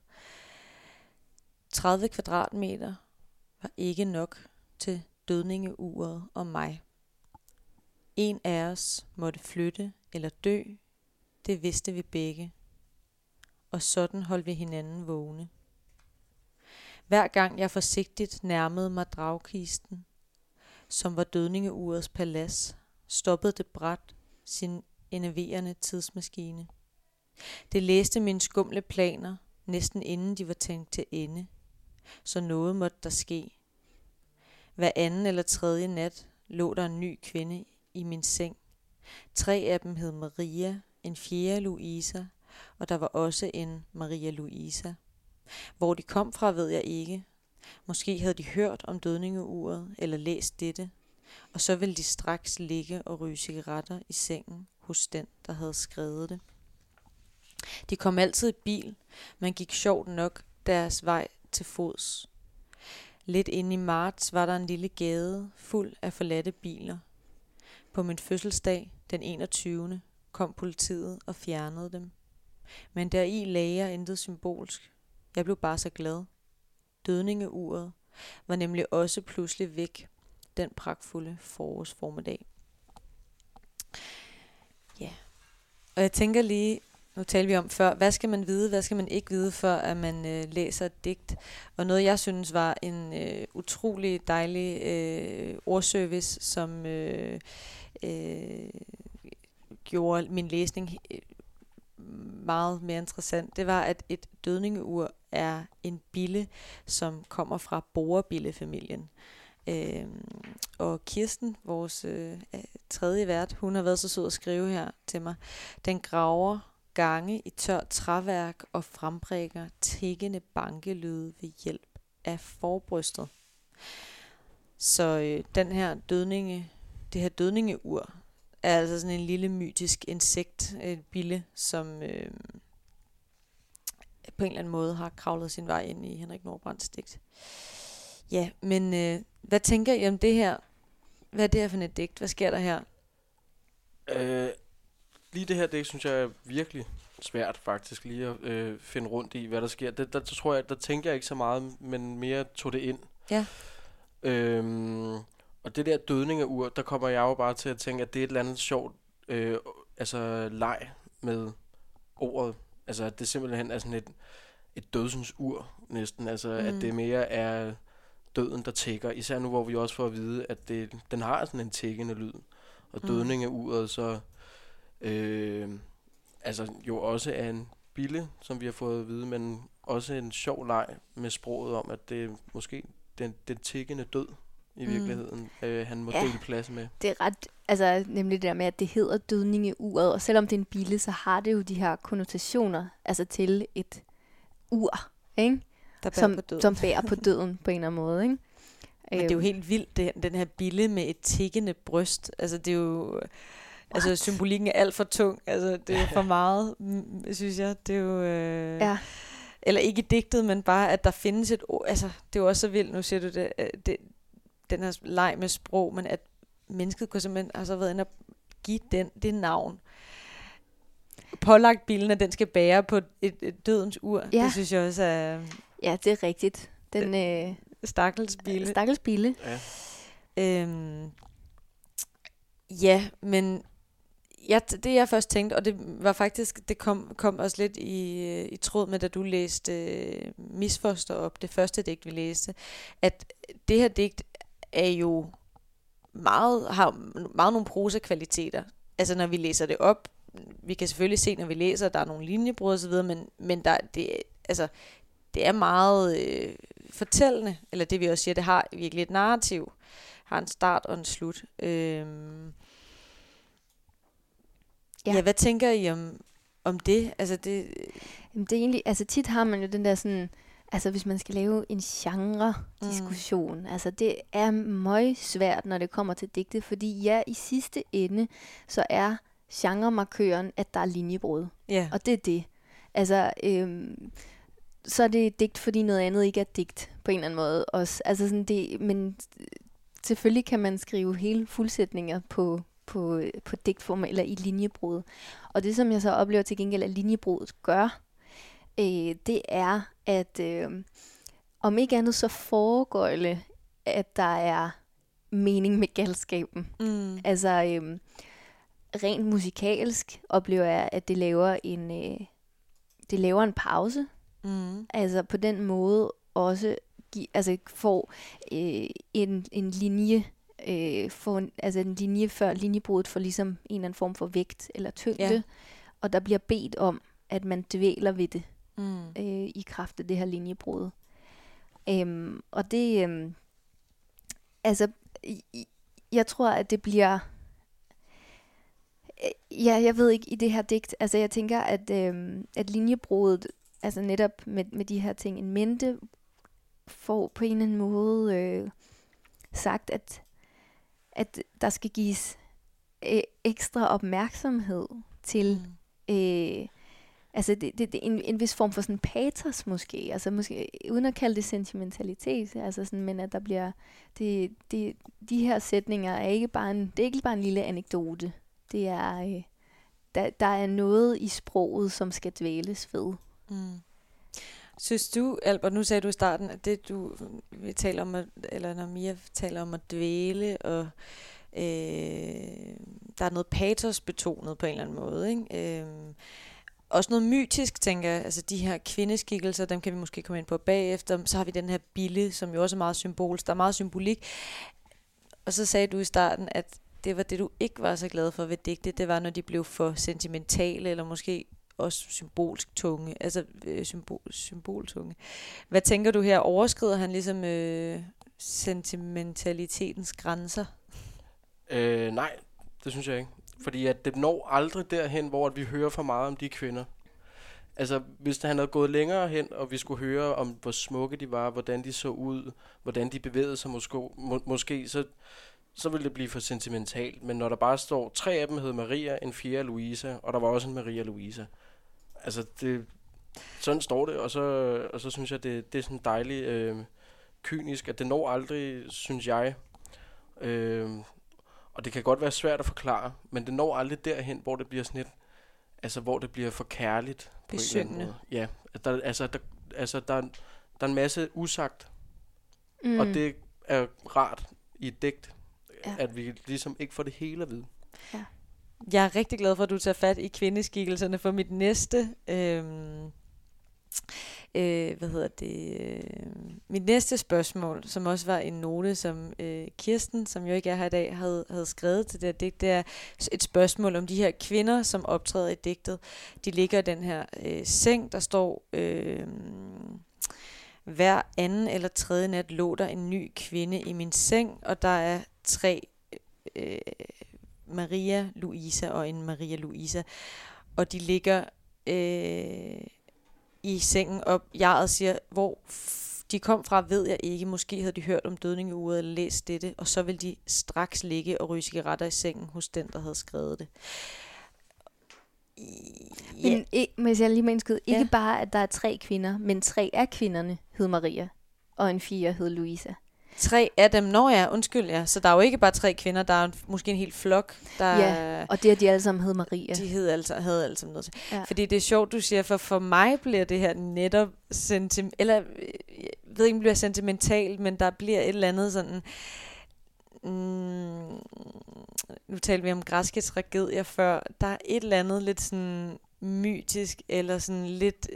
30 kvadratmeter var ikke nok til Dødningeuret og mig. En af os måtte flytte eller dø, det vidste vi begge. Og sådan holdt vi hinanden vågne. Hver gang jeg forsigtigt nærmede mig dragkisten, som var Dødningeurets palads, stoppede det brat sin enerverende tidsmaskine. Det læste mine skumle planer, næsten inden de var tænkt til ende. Så noget måtte der ske. Hver anden eller tredje nat lå der en ny kvinde i min seng. 3 af dem hed Maria, en fjerde Louisa, og der var også en Maria Luisa. Hvor de kom fra, ved jeg ikke. Måske havde de hørt om Dødningeuret eller læst dette, og så ville de straks ligge og ryge cigaretter i sengen hos den, der havde skrevet det. De kom altid i bil, men gik sjovt nok deres vej til fods. Lidt inde i marts var der en lille gade fuld af forladte biler. På min fødselsdag, den 21. kom politiet og fjernede dem. Men deri lagde jeg intet symbolsk. Jeg blev bare så glad. Dødningeuret var nemlig også pludselig væk den pragtfulde forårsformiddag. Ja. Og jeg tænker lige, nu talte vi om før, hvad skal man vide, hvad skal man ikke vide, før at man læser et digt. Og noget jeg synes var en utrolig dejlig ordservice, som gjorde min læsning meget mere interessant, det var, at et dødningeur er en bille, som kommer fra borebillefamilien. Og Kirsten, vores tredje vært, hun har været så sød at skrive her til mig. Den graver gange i tørt træværk og frembrækker tikkende bankelyde ved hjælp af forbrystet. Så det her dødningeur er altså sådan en lille mytisk insekt, et bille, som på en eller anden måde har kravlet sin vej ind i Henrik Nordbrands digt. Ja, men hvad tænker I om det her? Hvad er det her for et digt? Hvad sker der her? Lige det her digt, synes jeg er virkelig svært faktisk lige at finde rundt i, hvad der sker. Der tror jeg, der tænker jeg ikke så meget, men mere tog det ind. Ja. Og det der dødningeur, der kommer jeg jo bare til at tænke, at det er et eller andet sjovt leg med ordet. Altså at det simpelthen er sådan et dødsens ur næsten. Altså at det mere er døden, der tikker. Især nu, hvor vi også får at vide, at den har sådan en tikkende lyd. Og dødningeuret så jo også er en bille, som vi har fået at vide, men også en sjov leg med sproget om, at det er måske den tikkende død i virkeligheden, han må dele plads med. Det er ret, nemlig det der med, at det hedder dødningeuret, og selvom det er en bille, så har det jo de her konnotationer, altså til et ur, ikke? Som bærer på døden på en eller anden måde, ikke? Men det er jo helt vildt, den her bille med et tikkende bryst. Altså det er jo, altså symbolikken er alt for tung. Altså det er for meget, synes jeg. Det er jo eller ikke digtet, men bare at der findes et ord. Altså det er jo også så vildt, nu siger du det, den her leg med sprog, men at mennesket kunne simpelthen har så været inde og give det navn. Pålagt bilen, at den skal bære på et dødens ur. Ja. Det synes jeg også er... Ja, det er rigtigt. Den stakkels bille. Stakkels bille. Ja. Ja, men det jeg først tænkte, og det var faktisk, det kom også lidt i tråd med, da du læste Misfoster op, det første digt, vi læste, at det her digt er jo har meget nogle prosakvaliteter. Altså når vi læser det op, vi kan selvfølgelig se, når vi læser, der er nogle linjebrud og så videre, men det er meget fortællende, eller det vi også siger, det har virkelig et narrativ, har en start og en slut. Ja, hvad tænker I om om det? Altså det... Jamen, det er egentlig, altså tit har man jo den der sådan, altså hvis man skal lave en genre-diskussion, altså det er meget svært, når det kommer til digte, fordi ja, i sidste ende, så er genremarkøren, at der er linjebrud. Ja. Og det er det. Altså, så er det digt, fordi noget andet ikke er digt, på en eller anden måde også. Altså sådan det, men selvfølgelig kan man skrive hele fuldsætninger på digtform eller i linjebrud. Og det, som jeg så oplever til gengæld, at linjebrudet gør, det er, at om ikke andet så foregøjle, at der er mening med galskaben. Altså, rent musikalsk oplever jeg, at det laver en pause. Altså på den måde også får en linje, en linje før linjebruddet for ligesom en eller anden form for vægt eller tyngde, og der bliver bedt om, at man dvæler ved det i kraft af det her linjebrud. Og det, jeg tror, at det bliver, jeg ved ikke i det her digt, altså jeg tænker, at linjebruddet, altså netop med de her ting en mente, får på en eller anden måde sagt, at der skal gives ekstra opmærksomhed til en vis form for sådan patos måske, altså måske uden at kalde det sentimentalitet, altså sådan, men at der bliver de her sætninger er ikke bare en lille anekdote. Det er der er noget i sproget, som skal dvæles ved. Synes du, Albert, nu sagde du i starten, at det du taler om, eller når Mia taler om at dvæle, og der er noget patos-betonet på en eller anden måde, ikke? Også noget mytisk, tænker jeg, altså de her kvindeskikkelser, dem kan vi måske komme ind på bagefter. Så har vi den her bille, som jo også er meget symbolsk, der er meget symbolik. Og så sagde du i starten, at det var det, du ikke var så glad for ved digte, det var, når de blev for sentimentale, eller måske også symbolsk tunge, altså symboltunge. Hvad tænker du her? Overskrider han ligesom sentimentalitetens grænser? Nej, det synes jeg ikke. Fordi at det når aldrig derhen, hvor vi hører for meget om de kvinder. Altså, hvis han havde gået længere hen, og vi skulle høre om, hvor smukke de var, hvordan de så ud, hvordan de bevægede sig måske så ville det blive for sentimentalt. Men når der bare står, 3 af dem hed Maria, en 4 Louisa, og der var også en Maria Louisa. Altså, sådan står det, og så synes jeg, det er sådan dejligt kynisk, at det når aldrig, synes jeg. Og det kan godt være svært at forklare, men det når aldrig derhen, hvor det bliver sådan et, altså hvor det bliver for kærligt. Besøgende. Ja, der er en masse usagt, og det er rart i et digt, at vi ligesom ikke får det hele at vide. Ja. Jeg er rigtig glad for, at du tager fat i kvindeskikkelserne, for mit næste mit næste spørgsmål, som også var en note, som Kirsten, som jo ikke er her i dag, havde skrevet til det her digt, det er et spørgsmål om de her kvinder, som optræder i digtet. De ligger i den her seng, der står, hver anden eller tredje nat lå der en ny kvinde i min seng, og der er 3 Maria Louisa og en Maria Louisa, og de ligger i sengen, og jeget siger, hvor de kom fra, ved jeg ikke. Måske havde de hørt om dødningeuret eller læst dette, og så vil de straks ligge og ryge cigaretter i sengen hos den, der havde skrevet det. Men hvis jeg lige må indskyde, ikke bare, at der er 3 kvinder, men 3 af kvinderne hed Maria, og en 4 hed Louisa. 3 af dem, undskyld, så der er jo ikke bare 3 kvinder, der er måske en hel flok. Der og det er de alle sammen hed Maria. De havde alle sammen noget til. Ja. Fordi det er sjovt, du siger, for mig bliver det her netop eller jeg ved ikke, om det bliver sentimentalt, men der bliver et eller andet sådan, nu talte vi om græske tragedier før, der er et eller andet lidt sådan mytisk, eller sådan lidt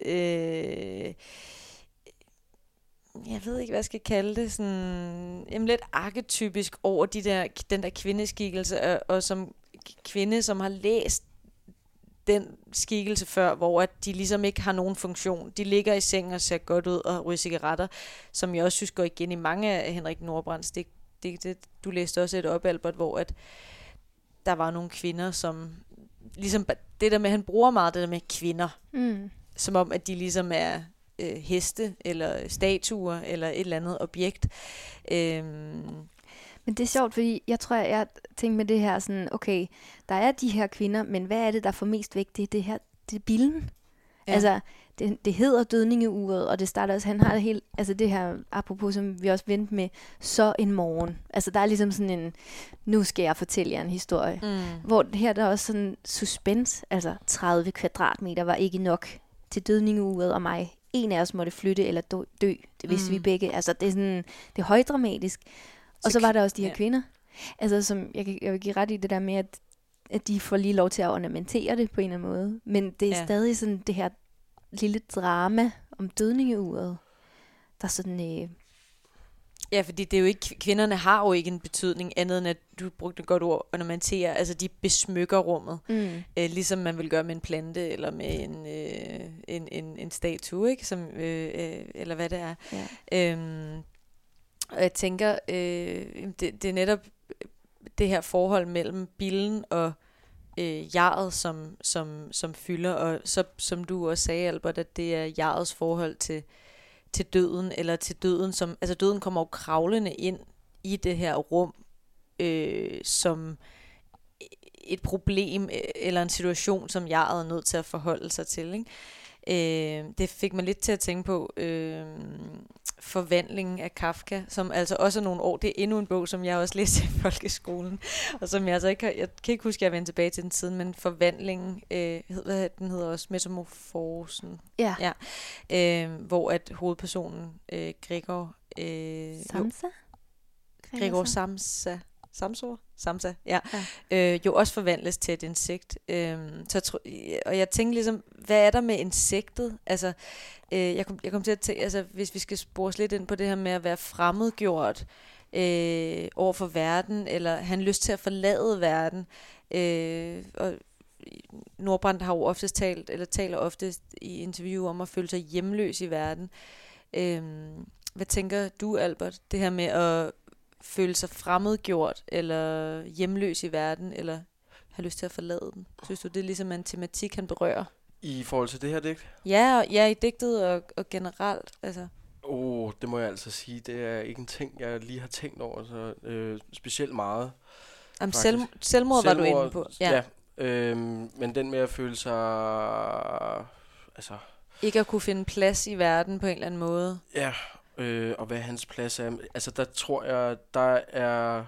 jeg ved ikke, hvad jeg skal kalde det, sådan, lidt arketypisk over den der kvindeskikkelse, og som kvinde, som har læst den skikkelse før, hvor at de ligesom ikke har nogen funktion. De ligger i sengen og ser godt ud og ryger cigaretter, som jeg også synes går igen i mange af Henrik Nordbrands digte. Du læste også et op, Albert, hvor at der var nogle kvinder, som ligesom det der med, han bruger meget det der med kvinder. Som om, at de ligesom er heste, eller statuer, eller et eller andet objekt. Men det er sjovt, fordi jeg tror, jeg tænkte med det her sådan, okay, der er de her kvinder, men hvad er det, der får mest vægt? Det er billen. Ja. Altså, det hedder dødningeuret, og det starter også, han har det helt, altså det her, apropos, som vi også vendte med, så en morgen. Altså, der er ligesom sådan en, nu skal jeg fortælle jer en historie. Hvor her der er også sådan suspense, altså 30 kvadratmeter var ikke nok til dødningeuret og mig. En af os måtte flytte eller dø. Det vidste vi begge. Altså, det er sådan, det er højdramatisk. Og så var der også de her kvinder. Altså, som jeg vil give ret i det der med, at de får lige lov til at ornamentere det på en eller anden måde. Men det er stadig sådan det her lille drama om dødningeuret. Der er sådan... Ja, fordi det er jo ikke, kvinderne har jo ikke en betydning andet end, at du brugte et godt ord, ornamentere. Altså, de besmykker rummet. Ligesom man vil gøre med en plante, eller med en statue, ikke? Som, eller hvad det er. Ja. Og jeg tænker, det er netop det her forhold mellem billen og jeget, som fylder, og så, som du også sagde, Albert, at det er jegets forhold til døden, eller til døden, som, altså døden kommer jo kravlende ind i det her rum, som et problem, eller en situation, som jeget er nødt til at forholde sig til, ikke? Det fik mig lidt til at tænke på Forvandlingen af Kafka, som altså også er nogle år, det er endnu en bog, som jeg også læste i folkeskolen, og som jeg altså ikke jeg kan ikke huske, at jeg vendte tilbage til den siden, men Forvandlingen, den hedder også Metamorfosen, hvor at hovedpersonen Gregor Samsa, jo også forvandles til et insekt. Og jeg tænkte ligesom, hvad er der med insektet? Altså, jeg kom til at tænke, altså, hvis vi skal spores lidt ind på det her med at være fremmedgjort over for verden, eller have lyst til at forlade verden. Og Nordbrandt har jo oftest taler oftest i interview om at føle sig hjemløs i verden. Hvad tænker du, Albert? Det her med at føle sig fremmedgjort, eller hjemløs i verden, eller have lyst til at forlade den. Synes du, det er ligesom en tematik, han berører? I forhold til det her digt? Ja, i digtet og generelt. Altså. Det må jeg altså sige. Det er ikke en ting, jeg lige har tænkt over så specielt meget. Selvmord var du inde på. Ja, men den med at føle sig... Altså, ikke at kunne finde plads i verden på en eller anden måde. Ja, og hvad hans plads er. Altså, der tror jeg, der er...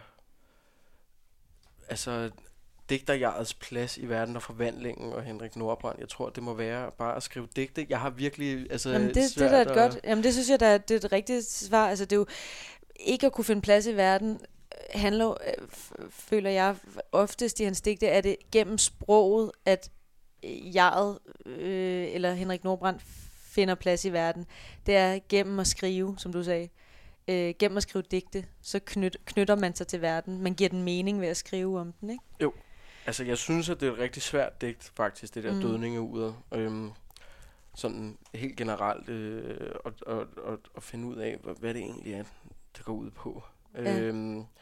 Altså, digterjegets plads i verden og Forvandlingen og Henrik Nordbrandt. Jeg tror, det må være bare at skrive digte. Jeg har virkelig... Altså, jamen, det er da et godt... Jamen, det synes jeg, det er et rigtigt svar. Altså, det er jo ikke at kunne finde plads i verden, handler, føler jeg oftest i hans digte, er det gennem sproget, at jeget eller Henrik Nordbrandt finder plads i verden. Det er gennem at skrive, som du sagde. Gennem at skrive digte, så knytter man sig til verden. Man giver den mening ved at skrive om den, ikke? Jo. Altså, jeg synes, at det er et rigtig svært digt, faktisk, det der dødningeuret. Sådan helt generelt at finde ud af, hvad det egentlig er, det går ud på. Ja.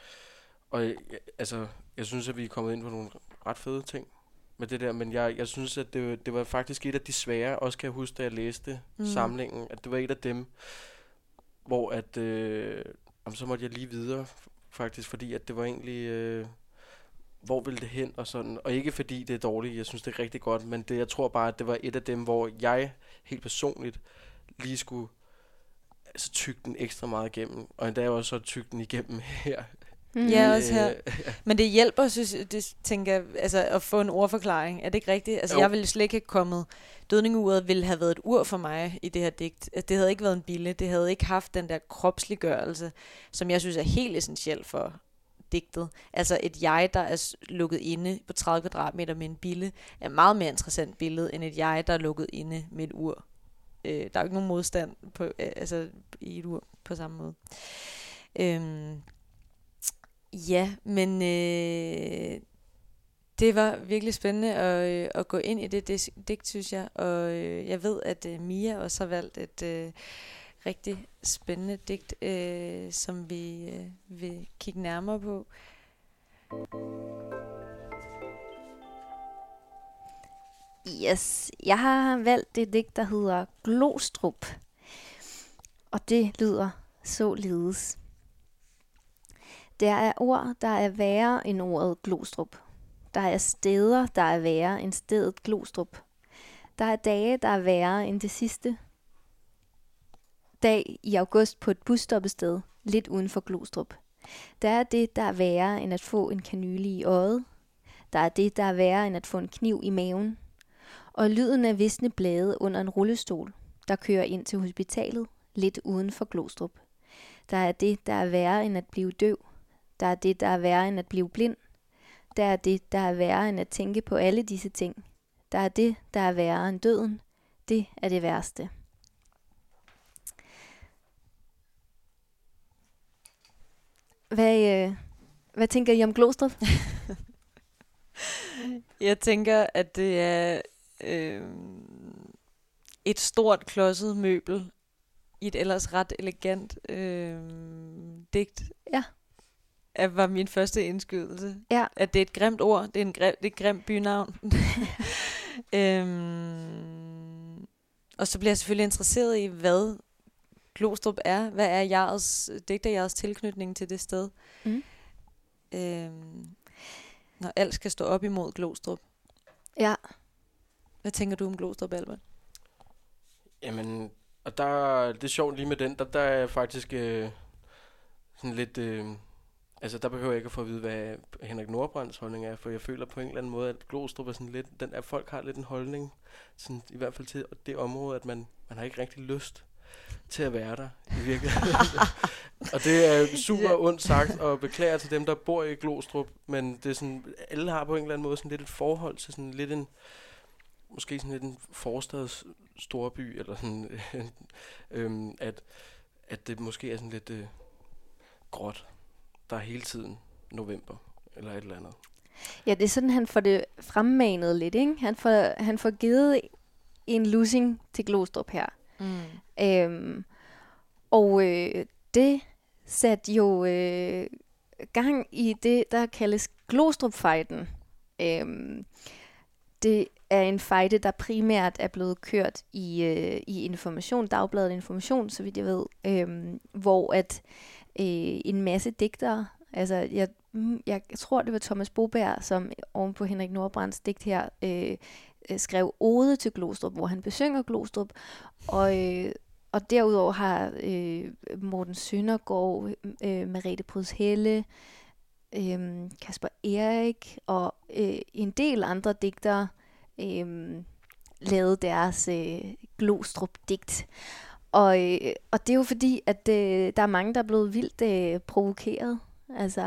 Jeg synes, at vi er kommet ind på nogle ret fede ting med det der, men jeg synes, at det var faktisk et af de svære, også kan jeg huske, da jeg læste samlingen, at det var et af dem, hvor at, så måtte jeg lige videre, faktisk, fordi at det var egentlig, hvor ville det hen, og sådan, og ikke fordi det er dårligt, jeg synes, det er rigtig godt, men jeg tror bare, at det var et af dem, hvor jeg helt personligt lige skulle tygge den ekstra meget igennem, og endda også så tygge den igennem her. Ja, også her. Men det hjælper, synes jeg, det tænker jeg, altså at få en ordforklaring. Er det ikke rigtigt? Altså, jeg ville slet ikke have kommet... Dødningeuret ville have været et ur for mig i det her digt. Det havde ikke været en bille. Det havde ikke haft den der kropsliggørelse, som jeg synes er helt essentiel for digtet. Altså et jeg, der er lukket inde på 30 kvadratmeter med en bille, er et meget mere interessant billede, end et jeg, der er lukket inde med et ur. Der er jo ikke nogen modstand på, i et ur på samme måde. Ja, men det var virkelig spændende at gå ind i det digt, synes jeg. Og jeg ved, at Mia også har valgt et rigtig spændende digt, som vi vil kigge nærmere på. Yes, jeg har valgt det digt, der hedder Glostrup. Og det lyder således. Der er ord, der er værre end ordet Glostrup. Der er steder, der er værre end stedet Glostrup. Der er dage, der er værre end det sidste dag i august på et busstoppested, lidt uden for Glostrup. Der er det, der er værre end at få en kanyle i øjet. Der er det, der er værre end at få en kniv i maven. Og lyden af visne blade under en rullestol, der kører ind til hospitalet, lidt uden for Glostrup. Der er det, der er værre end at blive døv. Der er det, der er værre end at blive blind. Der er det, der er værre end at tænke på alle disse ting. Der er det, der er værre end døden. Det er det værste. Hvad tænker I om Glostrup? Jeg tænker, at det er et stort klodset møbel i et ellers ret elegant digt. Ja. Det var min første indskydelse. Ja. At det er et grimt ord. Det er et grimt bynavn. Og så bliver jeg selvfølgelig interesseret i, hvad Glostrup er. Hvad er jeres tilknytning til det sted? Mm. Når alt skal stå op imod Glostrup. Ja. Hvad tænker du om Glostrup, Albert? Jamen, og det er sjovt lige med den, der er faktisk sådan lidt... altså, der behøver jeg ikke at få at vide, hvad Henrik Nordbrands holdning er, for jeg føler på en eller anden måde, at Glostrup er sådan lidt... at folk har lidt en holdning, sådan, i hvert fald til det område, at man har ikke rigtig lyst til at være der i virkeligheden. Og det er super ondt sagt, og beklager til dem, der bor i Glostrup, men det er sådan, alle har på en eller anden måde sådan lidt et forhold til sådan lidt en... måske sådan lidt en forstads storby, eller sådan, at det måske er sådan lidt gråt, der er hele tiden november, eller et eller andet. Ja, det er sådan, han får det fremmanet lidt, ikke? Han får givet en lussing til Glostrup her. Mm. Og det satte jo gang i det, der kaldes Glostrup-fejden. Det er en fejde, der primært er blevet kørt i Information, Dagbladet Information, så vidt jeg ved, hvor at en masse digtere, altså jeg tror, det var Thomas Boberg, som oven på Henrik Nordbrands digt her, skrev ode til Glostrup, hvor han besynger Glostrup, og derudover har Morten Søndergaard, Merete Pryds Helle, Kasper Erik og en del andre digtere lavede deres Glostrup-digt. Og det er jo fordi, at der er mange, der er blevet vildt provokeret altså,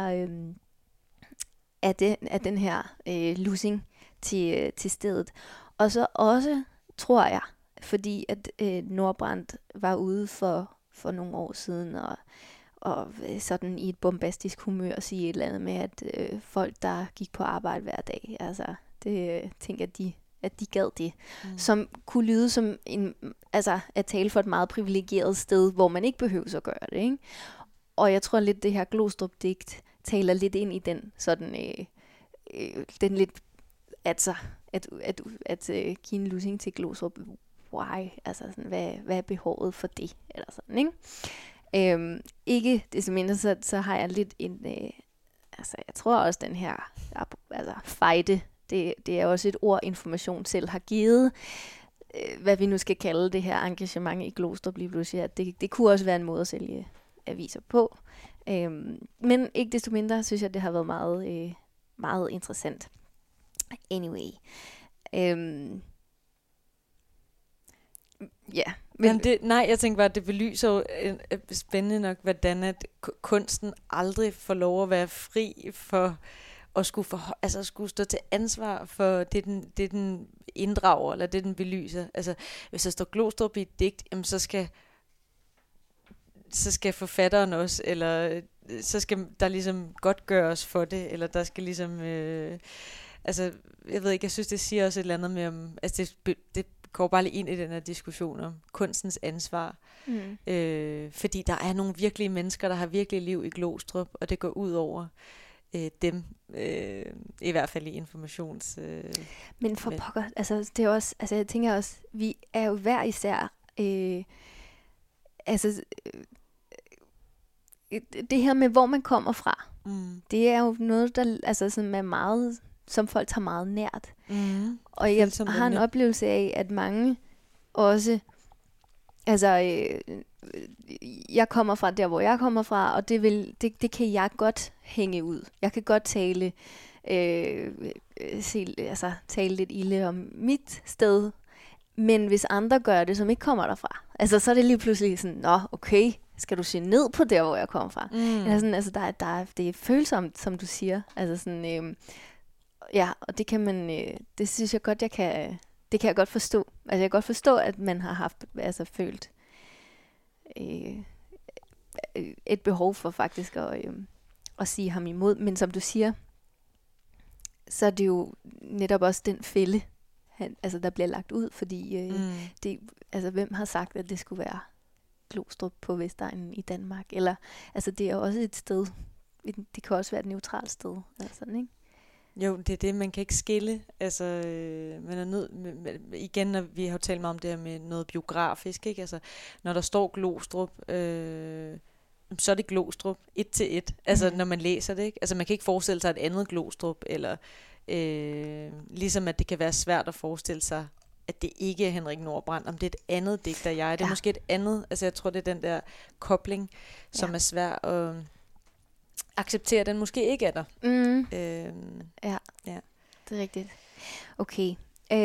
af den her lussing til stedet. Og så også, tror jeg, fordi at Nordbrandt var ude for nogle år siden og sådan i et bombastisk humør at sige et eller andet med, at folk, der gik på arbejde hver dag, altså det tænker at de gad det, som kunne lyde som at tale for et meget privilegeret sted, hvor man ikke behøver at gøre det, ikke? Og jeg tror lidt, det her Glostrup-digt taler lidt ind i den sådan, den lidt, at give en lussing til Glostrup, why? Altså sådan, hvad er behovet for det? Eller sådan, ikke? Ikke desto mindre, så har jeg lidt en, jeg tror også den her, fejde, det er også et ord, Information selv har givet, hvad vi nu skal kalde det her engagement i Glostrup lige pludselig, at det kunne også være en måde at sælge aviser på. Men ikke desto mindre, synes jeg, det har været meget, meget interessant. Anyway. Ja. Jeg tænker bare, at det belyser jo spændende nok, hvordan at kunsten aldrig får lov at være fri for at skulle stå til ansvar for det den inddrager, eller det den belyser. Altså, hvis der står Glostrup i et digt, jamen, så skal forfatteren også, eller så skal der ligesom godt gøres for det, eller der skal ligesom, jeg ved ikke, jeg synes, det siger også et eller andet med, om, altså det går bare lige ind i den her diskussion om kunstens ansvar. Fordi der er nogle virkelige mennesker, der har virkelig liv i Glostrup, og det går ud over dem, i hvert fald i informations... Men for pokker, altså det er også, altså jeg tænker også, vi er jo hver især, det her med, hvor man kommer fra, det er jo noget, der altså, som er meget, som folk tager meget nært. Og jeg har en oplevelse af, at mange også, altså jeg kommer fra der, hvor jeg kommer fra, og det kan jeg godt hænge ud. Jeg kan godt tale lidt ilde om mit sted, men hvis andre gør det, som ikke kommer derfra, altså så er det lige pludselig sådan, nå okay, skal du se ned på der, hvor jeg kommer fra? Eller sådan, altså det er følsomt, som du siger. Altså sådan, ja, og det kan man, det synes jeg godt, det kan jeg godt forstå. Altså jeg kan godt forstå, at man har haft, altså følt et behov for faktisk at sige ham imod. Men som du siger, så er det jo netop også den fælde, der bliver lagt ud, fordi hvem har sagt, at det skulle være Glostrup på Vestegnen i Danmark? Eller, altså det er også et sted, det kan også være et neutralt sted, altså sådan, ikke? Jo, det er det, man kan ikke skille. Altså, man er nødt, igen, når vi har talt meget om det her med noget biografisk, ikke? Altså, når der står Glostrup, så er det Glostrup, 1 til 1. Altså, når man læser det, ikke? Altså, man kan ikke forestille sig et andet Glostrup, eller ligesom at det kan være svært at forestille sig, at det ikke er Henrik Nordbrandt, om det er et andet digter jeg. Det er måske et andet, altså jeg tror, det er den der kobling, som er svær at acceptere, den måske ikke er der. Ja, det er rigtigt. Okay.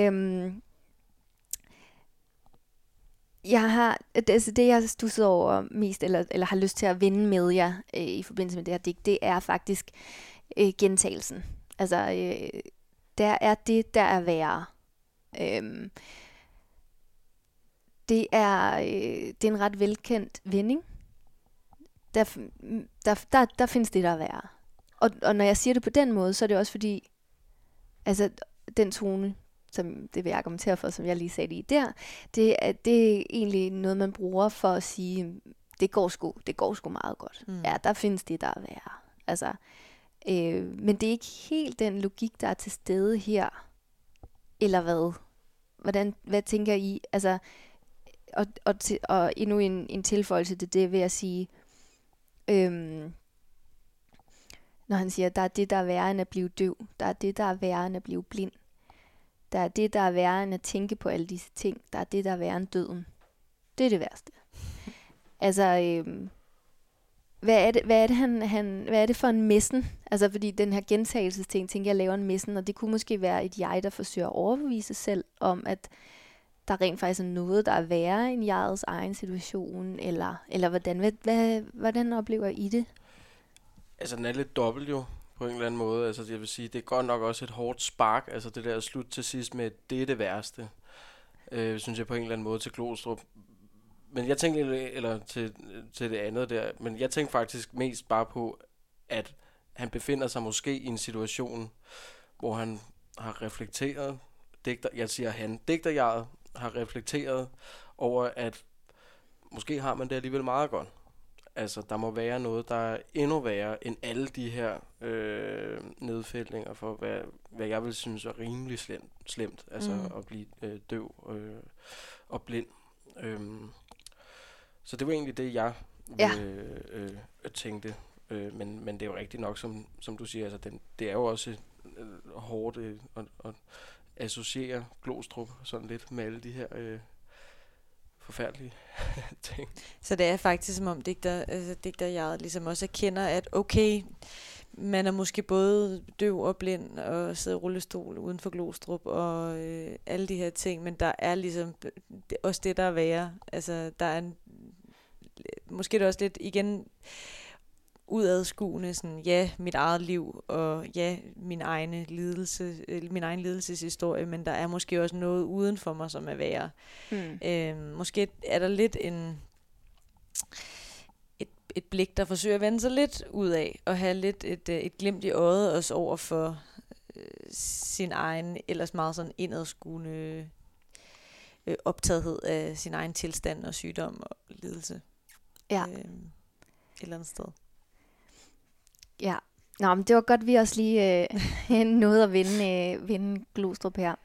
Jeg har, altså det jeg stusset over mest, eller har lyst til at vende med jer i forbindelse med det her digt, det er faktisk gentagelsen. Altså, der er det, der er værre. Det er en ret velkendt vending. Der findes det, der er værre. Og når jeg siger det på den måde, så er det også fordi, altså den tone, som det vil jeg argumentere for, som jeg lige sagde lige der, det er egentlig noget, man bruger for at sige, det går sgu meget godt. Ja, der findes det, der er værre. Altså, men det er ikke helt den logik, der er til stede her. Eller hvad? Hvad tænker I? Altså, og endnu en tilføjelse til det, vil jeg sige, når han siger, der er det, der er værre end at blive døv. Der er det, der er værre end at blive blind. Der er det, der er værre end at tænke på alle disse ting. Der er det, der er værre end døden. Det er det værste. Altså, hvad er det for en messen? Altså, fordi den her gentagelsesting, tænker jeg laver en messen, og det kunne måske være et jeg, der forsøger at overbevise sig selv om, at der rent faktisk er noget, der er værre end jegets egen situation, eller hvordan oplever I det? Altså, den er lidt dobbelt jo, på en eller anden måde. Altså, jeg vil sige, det er godt nok også et hårdt spark, altså det der slut til sidst med, det er det værste, synes jeg på en eller anden måde til Glostrup. Men jeg tænkte, eller til det andet der, men jeg tænkte faktisk mest bare på, at han befinder sig måske i en situation, hvor han har reflekteret, digterjeget har reflekteret over, at måske har man det alligevel meget godt. Altså, der må være noget, der er endnu værre end alle de her nedfældninger for, hvad jeg vil synes er rimelig slemt. Altså, at blive døv og blind. Så det var egentlig det, jeg tænkte. Men det er jo rigtigt nok, som du siger, altså det er jo også hårdt at associere Glostrup sådan lidt med alle de her forfærdelige ting. Så det er faktisk som om digterjeget ligesom også erkender, at okay, man er måske både døv og blind og sidder i rullestol uden for Glostrup og alle de her ting, men der er ligesom også det, der er værre. Altså der er måske det også lidt igen udadskuende, sådan, ja, mit eget liv, og ja, min egen lidelseshistorie, men der er måske også noget uden for mig, som er værre. Måske er der lidt et blik, der forsøger at vende sig lidt ud af, og have lidt et glimt i øjet også over for sin egen, ellers meget sådan indadskuende optagethed af sin egen tilstand og sygdom og lidelse. Ja. Et eller andet sted. Ja, Nå, men det var godt, vi også lige nåede at vinde Glostrup her.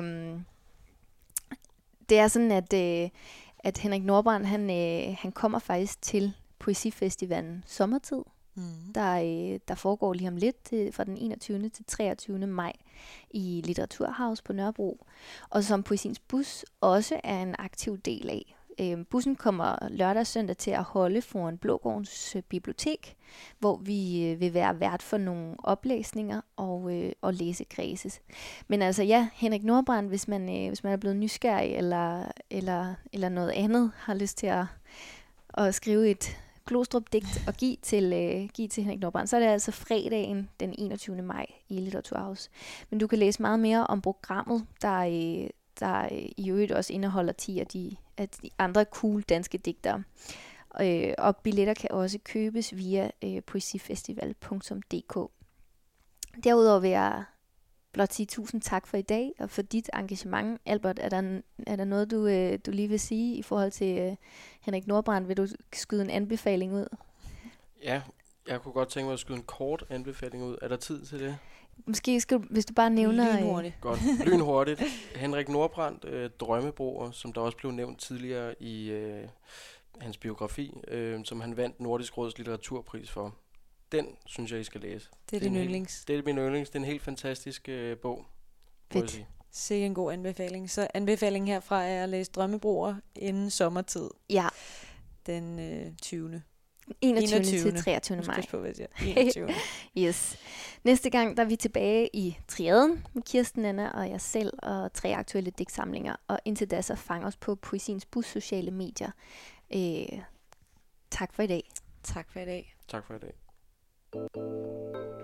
Det er sådan, at Henrik Nordbrandt, han kommer faktisk til Poesifestivalen Sommertid, der foregår lige om lidt fra den 21. til 23. maj i Litteraturhaus på Nørrebro, og som Poesiens Bus også er en aktiv del af. Bussen kommer lørdag og søndag til at holde foran Blågårdens bibliotek, hvor vi vil være vært for nogle oplæsninger og læsekredses. Men altså ja, Henrik Nordbrandt, hvis man er blevet nysgerrig eller noget andet, har lyst til at skrive et Glostrup-digt og give til Henrik Nordbrandt, så er det altså fredagen den 21. maj i Litteraturhaus. Men du kan læse meget mere om programmet, der i øvrigt også indeholder 10 af de andre cool danske digtere. Og billetter kan også købes via poesifestival.dk. Derudover vil jeg blot sige tusind tak for i dag, og for dit engagement. Albert, er der noget, du lige vil sige i forhold til Henrik Nordbrandt? Vil du skyde en anbefaling ud? Ja, jeg kunne godt tænke mig at skyde en kort anbefaling ud. Er der tid til det? Måske hvis du bare nævner... Lynhurtigt. Godt, lynhurtigt. Henrik Nordbrandt, Drømmebroer, som der også blev nævnt tidligere i hans biografi, som han vandt Nordisk Råds litteraturpris for. Den synes jeg, I skal læse. Det er din yndlings. Det er min yndlings. Det er en helt fantastisk bog. Fedt. Sikke en god anbefaling. Så anbefalingen herfra er at læse Drømmebroer inden sommertid. Ja. Den 20. 21. til 23. maj. På, hvad jeg siger. 21. Yes. Næste gang der er vi tilbage i triaden med Kirsten, Anna og jeg selv og 3 aktuelle digtsamlinger. Og indtil da så fang os på Poesiens Bus sociale medier. Tak for i dag. Tak for i dag. Tak for i dag.